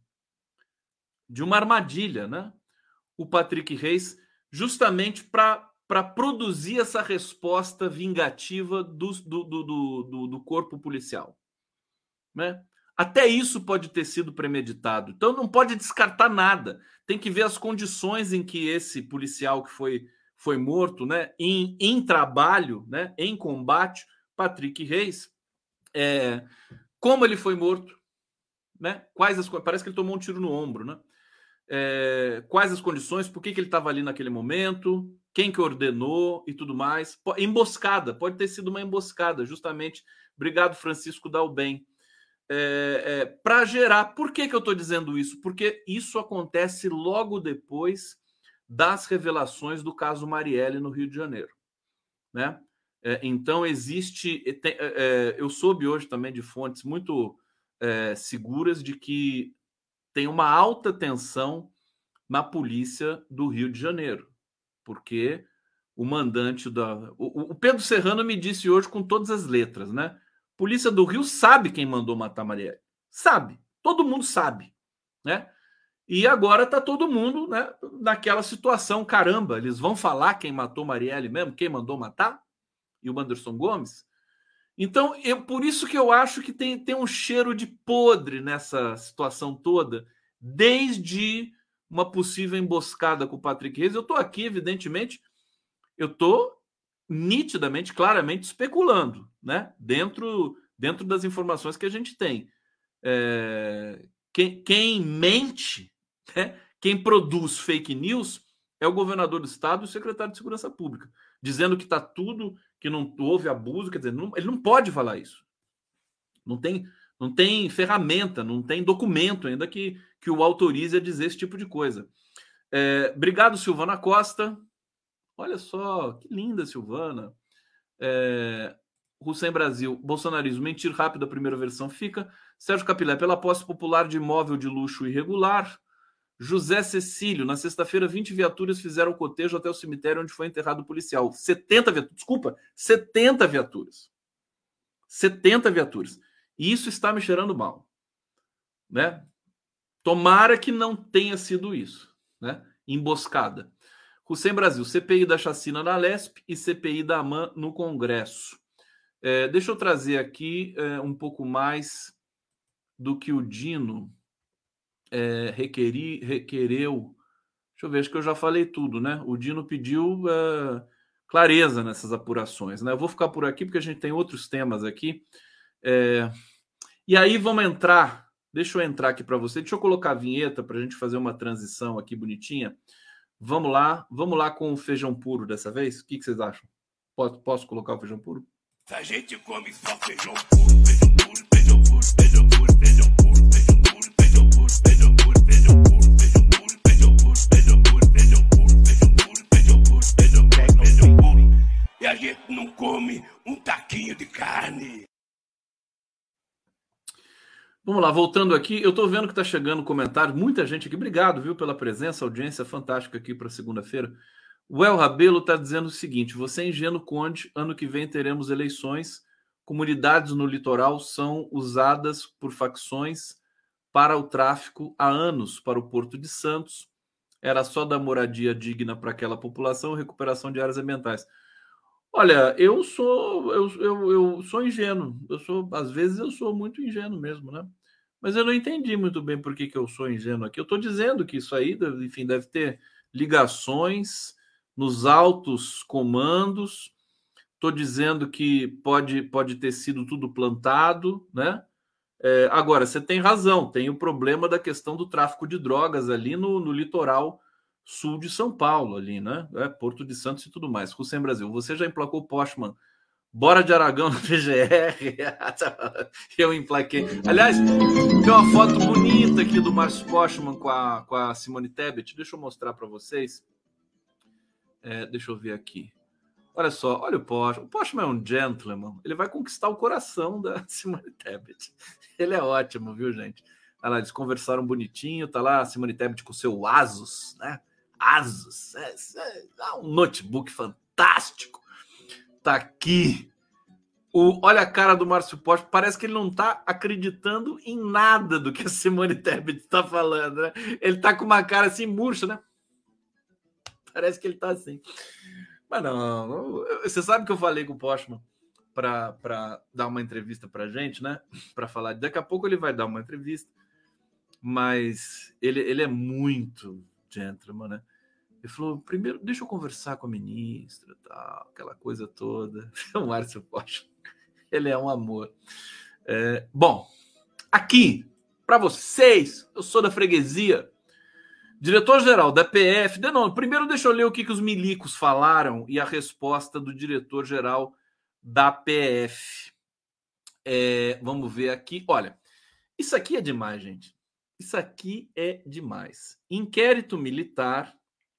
de uma armadilha, né? O Patrick Reis, justamente para para produzir essa resposta vingativa do, do, do, do, do corpo policial. Né? Até isso pode ter sido premeditado. Então não pode descartar nada. Tem que ver as condições em que esse policial que foi, foi morto, né, em, em trabalho, né, em combate, Patrick Reis, é, como ele foi morto, né? Quais as, parece que ele tomou um tiro no ombro, né? É, quais as condições, por que, que ele estava ali naquele momento, quem que ordenou e tudo mais. Emboscada, pode ter sido uma emboscada, justamente. Obrigado, Francisco Dalben. É, é, para gerar. Por que, que eu estou dizendo isso? Porque isso acontece logo depois das revelações do caso Marielle no Rio de Janeiro. Né? É, então, existe... Tem, é, eu soube hoje também de fontes muito é, seguras de que tem uma alta tensão na polícia do Rio de Janeiro, porque o mandante da... O, o Pedro Serrano me disse hoje com todas as letras, né? Polícia do Rio sabe quem mandou matar Marielle. Sabe. Todo mundo sabe. Né? E agora está todo mundo, né, naquela situação. Caramba, eles vão falar quem matou Marielle mesmo? Quem mandou matar? E o Anderson Gomes? Então, eu, por isso que eu acho que tem, tem um cheiro de podre nessa situação toda, desde uma possível emboscada com o Patrick Reis. Eu estou aqui, evidentemente, eu estou nitidamente, claramente especulando, né? Dentro, dentro das informações que a gente tem. É, quem, quem mente, né? Quem produz fake news é o governador do estado e o secretário de Segurança Pública, dizendo que está tudo, que não houve abuso, quer dizer, não, ele não pode falar isso. Não tem, não tem ferramenta, não tem documento ainda que, que o autorize a dizer esse tipo de coisa. É, obrigado, Silvana Costa. Olha só, que linda, Silvana. É, Hussein Brasil, bolsonarismo, mentir rápido, a primeira versão fica. Sérgio Capilé, pela posse popular de imóvel de luxo irregular. José Cecílio, na sexta-feira, vinte viaturas fizeram o cotejo até o cemitério onde foi enterrado o policial. setenta viaturas, desculpa, setenta viaturas. setenta viaturas. E isso está me cheirando mal. Né? Tomara que não tenha sido isso. Né? Emboscada. Hussein Brasil, C P I da chacina na Lesp e C P I da AMAN no Congresso. É, deixa eu trazer aqui é, um pouco mais do que o Dino é, requeri, requereu. Deixa eu ver, acho que eu já falei tudo, né? O Dino pediu é, clareza nessas apurações. Né? Eu vou ficar por aqui porque a gente tem outros temas aqui. É, e aí vamos entrar. Deixa eu entrar aqui para você. Deixa eu colocar a vinheta para a gente fazer uma transição aqui bonitinha. Vamos lá, vamos lá com o feijão puro dessa vez? O que, que vocês acham? Posso, posso colocar o feijão puro? A gente come só feijão puro, feijão puro, feijão puro, feijão puro, feijão puro, feijão puro, feijão puro, feijão puro, feijão puro, feijão puro, feijão puro, feijão puro, feijão puro, feijão puro, feijão puro, feijão puro, feijão puro. E a gente não come um taquinho de carne. Vamos lá, voltando aqui, eu tô vendo que tá chegando comentário, muita gente aqui, obrigado, viu, pela presença, audiência fantástica aqui para segunda-feira. O El Rabelo tá dizendo o seguinte, você é ingênuo, Conde, ano que vem teremos eleições, comunidades no litoral são usadas por facções para o tráfico há anos para o Porto de Santos, era só dar moradia digna para aquela população, recuperação de áreas ambientais. Olha, eu sou eu, eu, eu sou ingênuo, eu sou às vezes eu sou muito ingênuo mesmo, né? Mas eu não entendi muito bem por que, que eu sou ingênuo aqui. Eu estou dizendo que isso aí, enfim, deve ter ligações nos altos comandos. Estou dizendo que pode, pode ter sido tudo plantado, né? É, agora, você tem razão, tem o problema da questão do tráfico de drogas ali no, no litoral sul de São Paulo, ali, né? É, Porto de Santos e tudo mais. Hussein Brasil, você já emplacou o Postman? Bora de Aragão no P G R. Eu emplaquei. Aliás, tem uma foto bonita aqui do Márcio Postman com a, com a Simone Tebet. Deixa eu mostrar para vocês. É, deixa eu ver aqui. Olha só, olha o Postman. O Postman é um gentleman. Ele vai conquistar o coração da Simone Tebet. Ele é ótimo, viu, gente? Olha lá, eles conversaram bonitinho. Tá lá a Simone Tebet com o seu Asus, né? Asus. É, é um notebook fantástico. Tá aqui. O, olha a cara do Márcio Postman. Parece que ele não tá acreditando em nada do que a Simone Tebet tá falando, né? Ele tá com uma cara assim murcha, né? Parece que ele tá assim. Mas não, você sabe que eu falei com o Postman para dar uma entrevista para a gente, né? Para falar. Daqui a pouco ele vai dar uma entrevista, mas ele, ele é muito gentleman, né? Ele falou: primeiro, deixa eu conversar com a ministra, tal, aquela coisa toda. O Márcio Postman, ele é um amor. É, bom, aqui, para vocês, eu sou da freguesia. Diretor-geral da P F... Não, primeiro deixa eu ler o que, que os milicos falaram e a resposta do diretor-geral da P F. É, vamos ver aqui. Olha, isso aqui é demais, gente. Isso aqui é demais. Inquérito militar.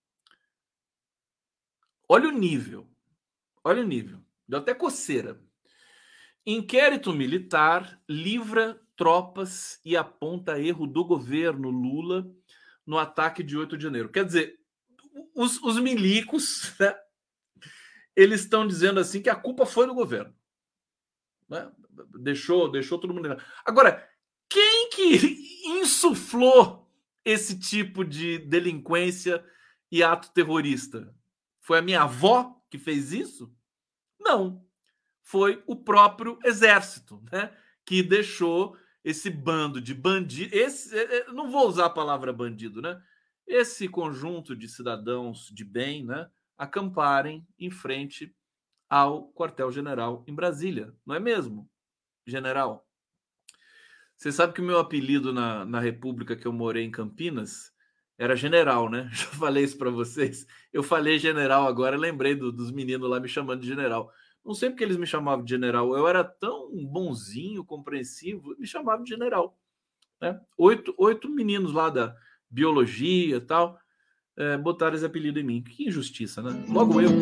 Olha o nível. Olha o nível. Deu até coceira. Inquérito militar livra tropas e aponta erro do governo Lula no ataque de oito de janeiro. Quer dizer, os, os milicos, né, eles estão dizendo assim que a culpa foi do governo. Né? Deixou, deixou todo mundo... Agora, quem que insuflou esse tipo de delinquência e ato terrorista? Foi a minha avó que fez isso? Não. Foi o próprio exército, né, que deixou esse bando de bandidos, esse, não vou usar a palavra bandido, né? Esse conjunto de cidadãos de bem, né, acamparem em frente ao quartel-general em Brasília, não é mesmo, general? Você sabe que o meu apelido na, na República que eu morei em Campinas era general, né? Já falei isso para vocês. Eu falei general agora, lembrei do, dos meninos lá me chamando de general. Não sei porque eles me chamavam de general. Eu era tão bonzinho, compreensivo, me chamavam de general. Né? Oito, oito meninos lá da biologia e tal é, botaram esse apelido em mim. Que injustiça, né? Logo eu.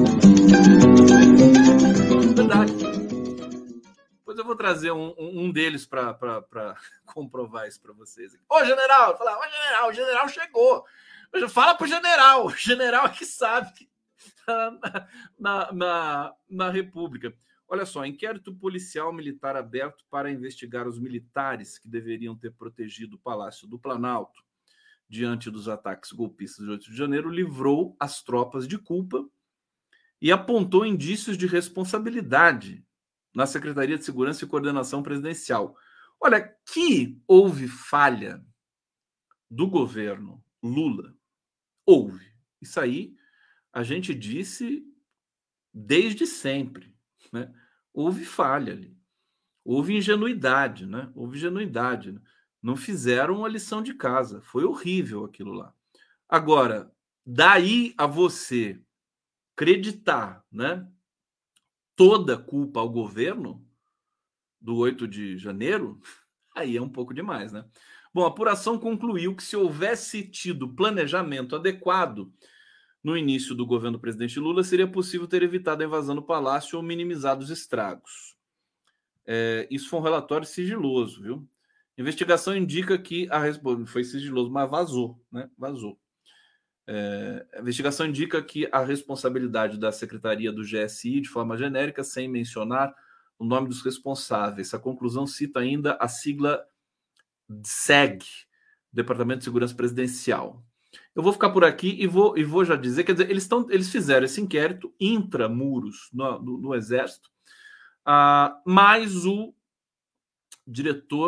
Verdade. Depois eu vou trazer um, um, um deles para comprovar isso para vocês. Ô, general! Falar, ô, general, o general chegou. Fala pro general. O general é que sabe que Na, na, na República. Olha só, inquérito policial militar aberto para investigar os militares que deveriam ter protegido o Palácio do Planalto diante dos ataques golpistas de oito de janeiro livrou as tropas de culpa e apontou indícios de responsabilidade na Secretaria de Segurança e Coordenação Presidencial. Olha, que houve falha do governo Lula. Houve. Isso aí a gente disse desde sempre, né? Houve falha ali, houve ingenuidade, né? Houve ingenuidade, né? Não fizeram a lição de casa, foi horrível aquilo lá. Agora, daí a você acreditar, né, toda a culpa ao governo do oito de janeiro, aí é um pouco demais, né? Bom, a apuração concluiu que se houvesse tido planejamento adequado no início do governo do presidente Lula, seria possível ter evitado a invasão do palácio ou minimizado os estragos. É, isso foi um relatório sigiloso, viu? A investigação indica que a resposta foi sigiloso, mas vazou, né? Vazou. É, a investigação indica que a responsabilidade da Secretaria do G S I, de forma genérica, sem mencionar o nome dos responsáveis. A conclusão cita ainda a sigla S E G, Departamento de Segurança Presidencial. Eu vou ficar por aqui e vou, e vou já dizer, quer dizer, eles, tão, eles fizeram esse inquérito intramuros no, no, no Exército, uh, mas o diretor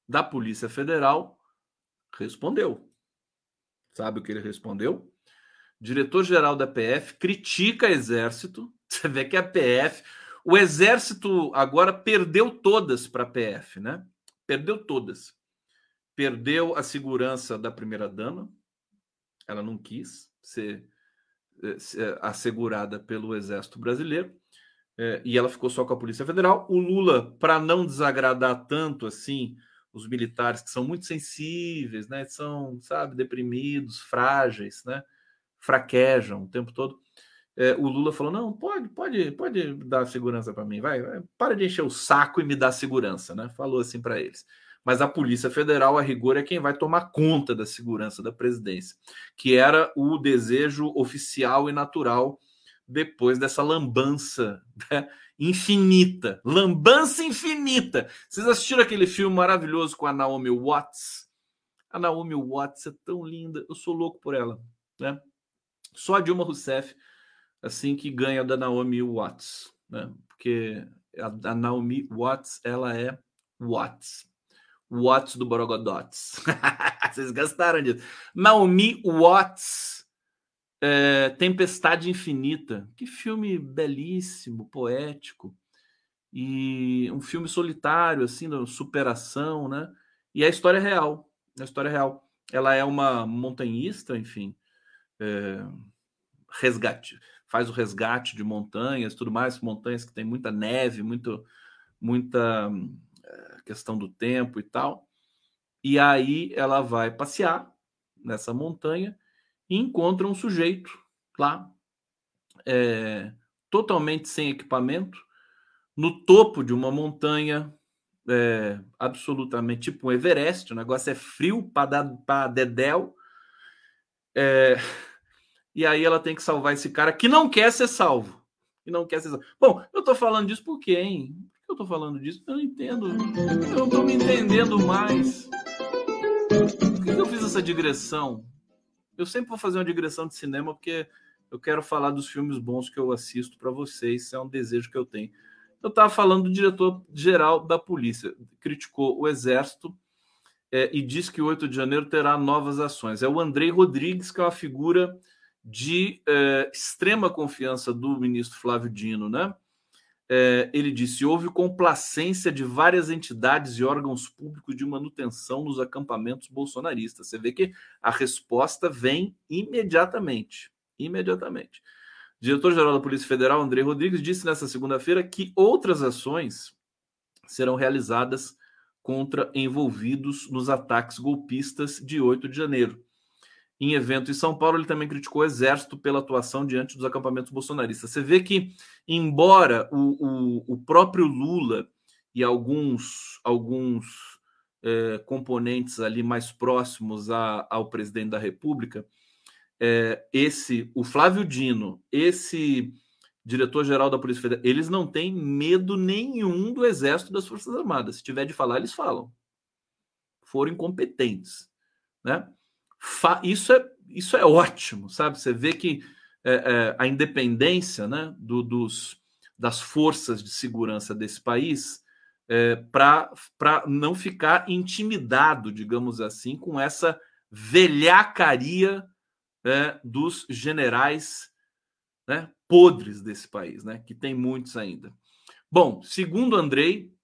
da Polícia Federal respondeu. Sabe o que ele respondeu? Diretor-geral da P F critica Exército. Você vê que a P F... O Exército agora perdeu todas para a P F, né? Perdeu todas. Perdeu a segurança da primeira-dama. Ela não quis ser, ser assegurada pelo Exército Brasileiro. É, e ela ficou só com a Polícia Federal. O Lula, para não desagradar tanto assim os militares, que são muito sensíveis, né? São, sabe, deprimidos, frágeis, né? Fraquejam o tempo todo. É, o Lula falou: não, pode, pode, pode dar segurança para mim, vai, vai, para de encher o saco e me dá segurança, né? Falou assim para eles. Mas a Polícia Federal, a rigor, é quem vai tomar conta da segurança da presidência, que era o desejo oficial e natural depois dessa lambança, né, infinita. Lambança infinita. Vocês assistiram aquele filme maravilhoso com a Naomi Watts? A Naomi Watts é tão linda, eu sou louco por ela, né? Só a Dilma Rousseff assim que ganha da Naomi Watts, né? Porque a, a Naomi Watts, ela é Watts. Watts do Borogodots. Vocês gastaram disso. Naomi Watts, é, Tempestade Infinita. Que filme belíssimo, poético. E um filme solitário, assim, de superação, né? E a história é real. A história é real. Ela é uma montanhista, enfim, é, resgate, faz o resgate de montanhas, tudo mais, montanhas que tem muita neve, muito, muita é, questão do tempo e tal. E aí ela vai passear nessa montanha e encontra um sujeito lá, é, totalmente sem equipamento, no topo de uma montanha, é, absolutamente tipo um Everest, o negócio é frio para dedéu, é, e aí ela tem que salvar esse cara que não quer ser salvo. Que não quer ser salvo. Bom, eu tô falando disso por quê, hein? Por que eu tô falando disso? Eu não entendo. Eu não tô me entendendo mais. Por que eu fiz essa digressão? Eu sempre vou fazer uma digressão de cinema porque eu quero falar dos filmes bons que eu assisto para vocês. Isso é um desejo que eu tenho. Eu estava falando do diretor-geral da polícia. Criticou o Exército é, e diz que o oito de janeiro terá novas ações. É o Andrei Rodrigues, que é uma figura de é, extrema confiança do ministro Flávio Dino, né? É, ele disse: houve complacência de várias entidades e órgãos públicos de manutenção nos acampamentos bolsonaristas. Você vê que a resposta vem imediatamente. Imediatamente. O diretor-geral da Polícia Federal, Andrei Rodrigues, disse nesta segunda-feira que outras ações serão realizadas contra envolvidos nos ataques golpistas de oito de janeiro. Em evento em São Paulo, ele também criticou o Exército pela atuação diante dos acampamentos bolsonaristas. Você vê que, embora o, o, o próprio Lula e alguns, alguns é, componentes ali mais próximos a, ao presidente da República, é, esse, o Flávio Dino, esse diretor-geral da Polícia Federal, eles não têm medo nenhum do Exército e das Forças Armadas. Se tiver de falar, eles falam. Foram incompetentes, né? Isso é, isso é ótimo, sabe? Você vê que é, é, a independência, né, do, dos, das forças de segurança desse país é, para não ficar intimidado, digamos assim, com essa velhacaria é, dos generais, né, podres desse país, né, que tem muitos ainda. Bom, segundo Andrei,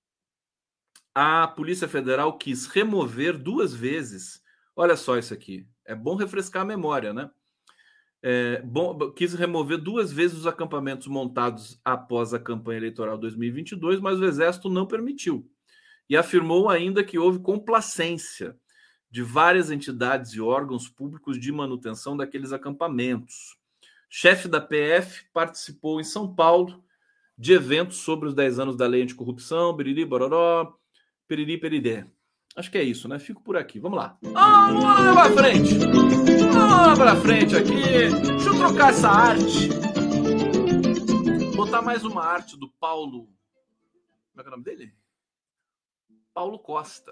a Polícia Federal quis remover duas vezes. Olha só isso aqui. É bom refrescar a memória, né? É, bom, quis remover duas vezes os acampamentos montados após a campanha eleitoral dois mil e vinte e dois, mas o Exército não permitiu. E afirmou ainda que houve complacência de várias entidades e órgãos públicos de manutenção daqueles acampamentos. Chefe da P F participou em São Paulo de eventos sobre os dez anos da lei anticorrupção, biriri, bororó, periri, peridé. Acho que é isso, né? Fico por aqui. Vamos lá. Ah, vamos lá pra frente. Vamos pra frente aqui. Deixa eu trocar essa arte. Botar mais uma arte do Paulo... Como é que é o nome dele? Paulo Costa.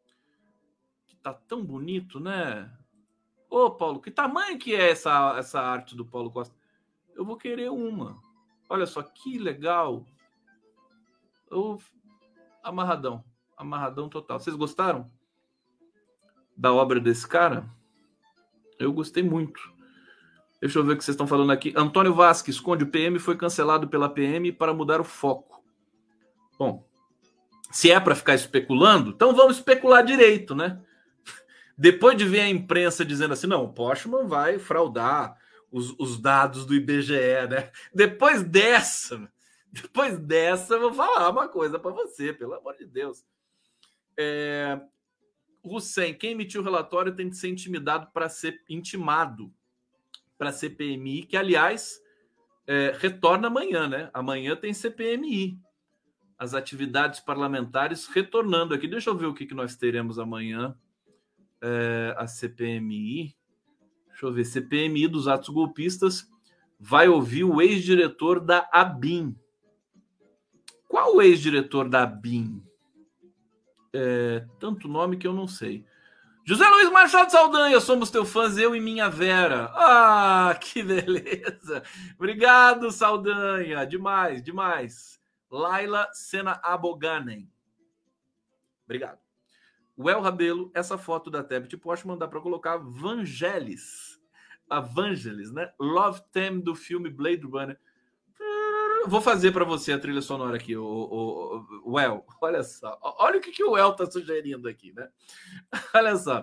Que tá tão bonito, né? Ô, Paulo, que tamanho que é essa, essa arte do Paulo Costa? Eu vou querer uma. Olha só, que legal. Eu... Amarradão. amarradão total. Vocês gostaram da obra desse cara? Eu gostei muito. Deixa eu ver o que vocês estão falando aqui. Antônio Vasques, Conde, o P M foi cancelado pela P M para mudar o foco. Bom, se é para ficar especulando, então vamos especular direito, né? Depois de ver a imprensa dizendo assim, não, o Postman vai fraudar os, os dados do I B G E, né? Depois dessa, depois dessa, eu vou falar uma coisa para você, pelo amor de Deus. É... Hussein, quem emitiu o relatório tem de ser intimidado para ser intimado para a C P M I, que, aliás, é, retorna amanhã, né? Amanhã tem C P M I. As atividades parlamentares retornando aqui. Deixa eu ver o que, que nós teremos amanhã. É, a C P M I. Deixa eu ver. C P M I dos atos golpistas vai ouvir o ex-diretor da ABIN. Qual o ex-diretor da ABIN? É, tanto nome que eu não sei. José Luiz Machado Saldanha, somos teu fãs, eu e minha Vera. Ah, que beleza. Obrigado, Saldanha. Demais, demais. Laila Sena Aboganen. Obrigado. O El Rabelo, essa foto da Tebet Postman dá para colocar Vangelis. A Vangelis, né? Love Theme do filme Blade Runner. Vou fazer para você a trilha sonora aqui, o, o, o El. Olha só. Olha o que, que o El está sugerindo aqui, né? Olha só.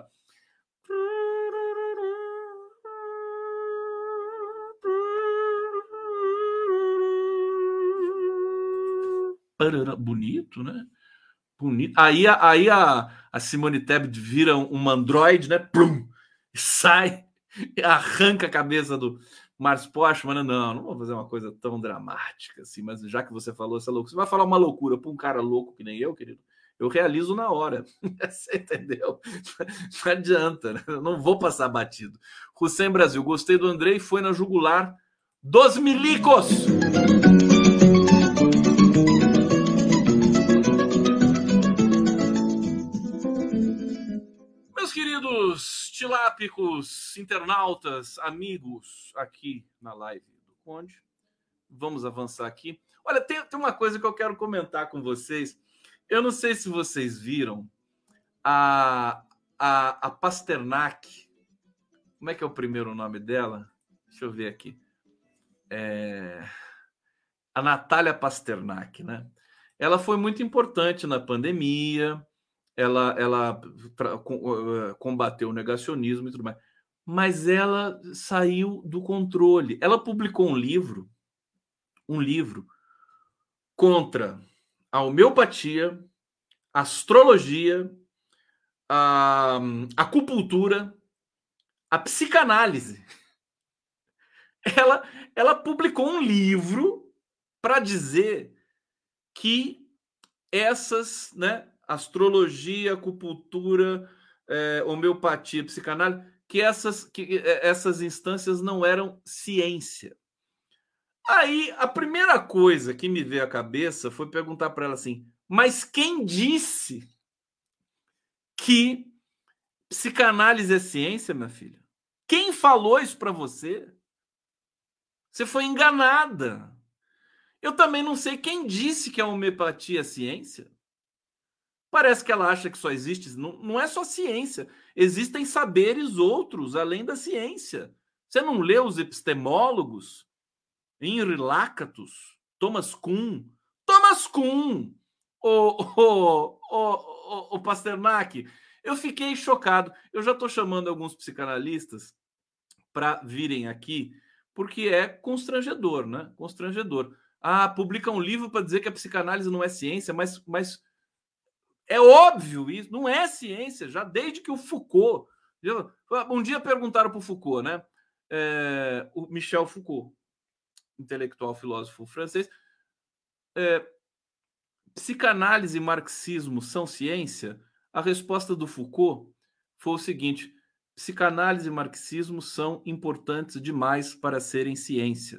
Bonito, né? Bonito. Aí, aí a, a Simone Tebet vira um androide, né? Plum, sai, arranca a cabeça do Márcio Postman. Não, não vou fazer uma coisa tão dramática assim, mas já que você falou essa loucura, você vai falar uma loucura para um cara louco que nem eu, querido, eu realizo na hora. Você entendeu? Não adianta, né? Eu não vou passar batido. Hussein Brasil, gostei do Andrei, foi na jugular dos milicos. Meus queridos tilápicos, internautas, amigos aqui na live do Conde, vamos avançar aqui. Olha, tem, tem uma coisa que eu quero comentar com vocês. Eu não sei se vocês viram a, a, a Pasternak. Como é que é o primeiro nome dela? Deixa eu ver aqui. É... A Natália Pasternak, né? Ela foi muito importante na pandemia. Ela, ela pra, combateu o negacionismo e tudo mais. Mas ela saiu do controle. Ela publicou um livro, um livro contra a homeopatia, a astrologia, a, a acupuntura, a psicanálise. Ela, ela publicou um livro para dizer que essas, né, astrologia, acupuntura, é, homeopatia, psicanálise, que essas, que essas instâncias não eram ciência. Aí, a primeira coisa que me veio à cabeça foi perguntar para ela assim, mas quem disse que psicanálise é ciência, minha filha? Quem falou isso para você? Você foi enganada. Eu também não sei quem disse que a homeopatia é ciência. Parece que ela acha que só existe... Não, não é só ciência. Existem saberes outros, além da ciência. Você não leu os epistemólogos? Henri Lakatos, Thomas Kuhn. Thomas Kuhn! O, o, o, o, o Pasternak. Eu fiquei chocado. Eu já estou chamando alguns psicanalistas para virem aqui, porque é constrangedor, né? Constrangedor. Ah, publica um livro para dizer que a psicanálise não é ciência, mas... mas é óbvio isso, não é ciência, já desde que o Foucault... Um dia perguntaram para o Foucault, né? É, o Michel Foucault, intelectual filósofo francês, é, psicanálise e marxismo são ciência? A resposta do Foucault foi o seguinte, psicanálise e marxismo são importantes demais para serem ciência.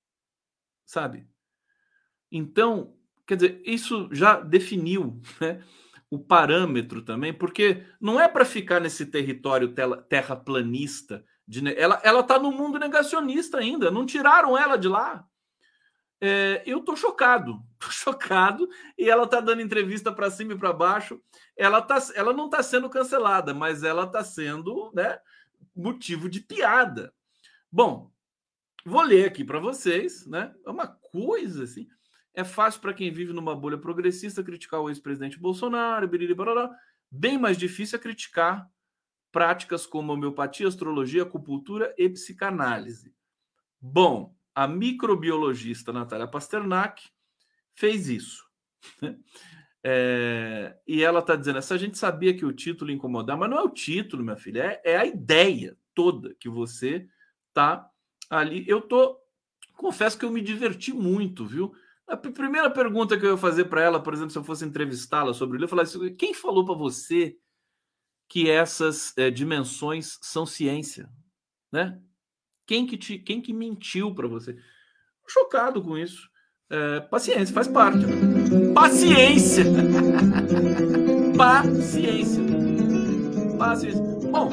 Sabe? Então, quer dizer, isso já definiu, né, o parâmetro também, porque não é para ficar nesse território terraplanista. De, ela ela está no mundo negacionista ainda, não tiraram ela de lá. É, eu tô chocado, tô chocado, e ela tá dando entrevista para cima e para baixo. Ela, tá, ela não tá sendo cancelada, mas ela tá sendo, né, motivo de piada. Bom, vou ler aqui para vocês, né? É uma coisa assim. É fácil para quem vive numa bolha progressista criticar o ex-presidente Bolsonaro, biriri, barará. Bem mais difícil é criticar práticas como homeopatia, astrologia, acupuntura e psicanálise. Bom, a microbiologista Natália Pasternak fez isso. É, e ela está dizendo, essa gente sabia que o título ia incomodar, mas não é o título, minha filha, é, é a ideia toda que você tá ali. Eu tô, confesso que eu me diverti muito, viu? A primeira pergunta que eu ia fazer para ela, por exemplo, se eu fosse entrevistá-la sobre o livro, eu falaria assim, quem falou para você que essas é, dimensões são ciência, né? Quem que, te, quem que mentiu para você? Chocado com isso. É, paciência, faz parte. Né? Paciência! Paciência. Paciência. Bom,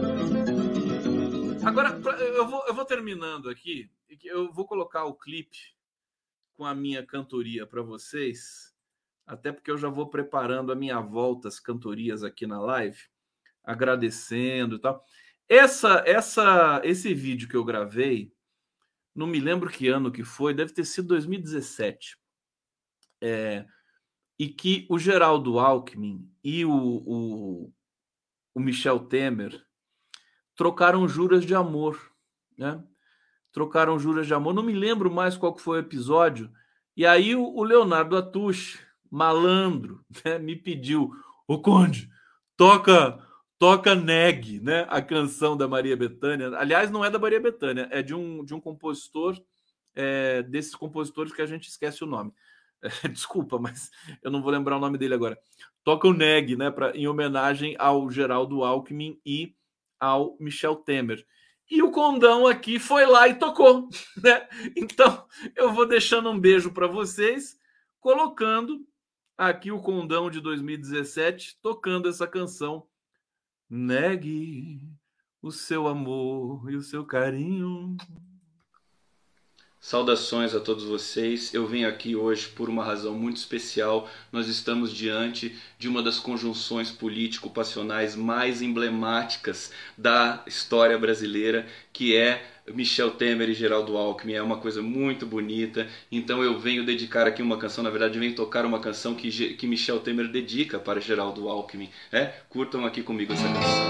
agora eu vou, eu vou terminando aqui. Eu vou colocar o clipe com a minha cantoria para vocês, até porque eu já vou preparando a minha volta às cantorias aqui na live, agradecendo e tal. Essa, essa, esse vídeo que eu gravei, não me lembro que ano que foi, deve ter sido dois mil e dezessete. É, e que o Geraldo Alckmin e o, o, o Michel Temer trocaram juras de amor, né? Trocaram juras de amor. Não me lembro mais qual que foi o episódio. E aí o, o Leonardo Atush, malandro, né, me pediu, ô Conde, toca... Toca Neg, né? A canção da Maria Bethânia. Aliás, não é da Maria Bethânia, é de um, de um compositor, é, desses compositores que a gente esquece o nome. É, desculpa, mas eu não vou lembrar o nome dele agora. Toca o Neg, né? Pra, em homenagem ao Geraldo Alckmin e ao Michel Temer. E o Condão aqui foi lá e tocou, né? Então, eu vou deixando um beijo para vocês, colocando aqui o Condão de dois mil e dezessete, tocando essa canção. Negue o seu amor e o seu carinho. Saudações a todos vocês. Eu venho aqui hoje por uma razão muito especial. Nós estamos diante de uma das conjunções político-passionais mais emblemáticas da história brasileira, que é Michel Temer e Geraldo Alckmin. É uma coisa muito bonita. Então eu venho dedicar aqui uma canção, na verdade venho tocar uma canção que, que Michel Temer dedica para Geraldo Alckmin. É? Curtam aqui comigo essa canção.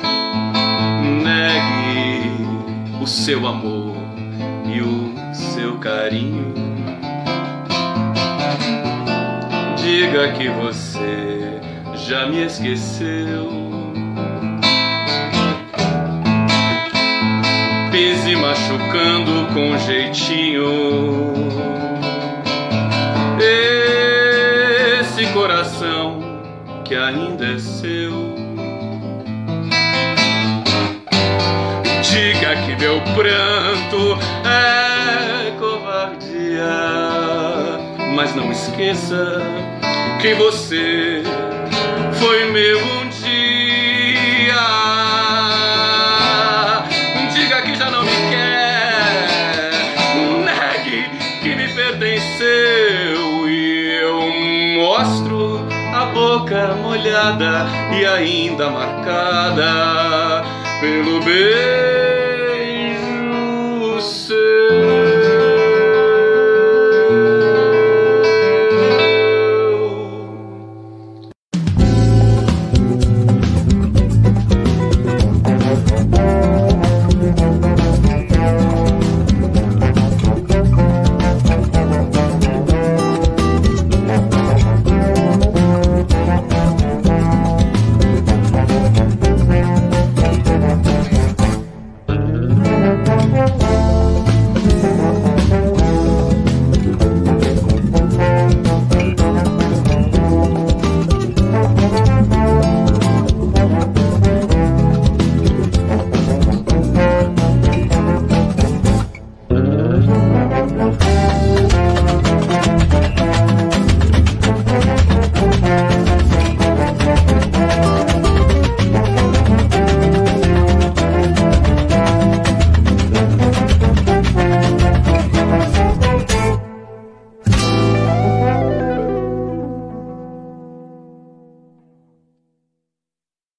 Negue o seu amor e o seu carinho. Diga que você já me esqueceu. Pise machucando com jeitinho esse coração que ainda é seu. Diga que meu pranto é covardia, mas não esqueça que você foi meu um dia. Diga que já não me quer, negue que me pertenceu, e eu mostro a boca molhada e ainda marcada pelo beijo seu.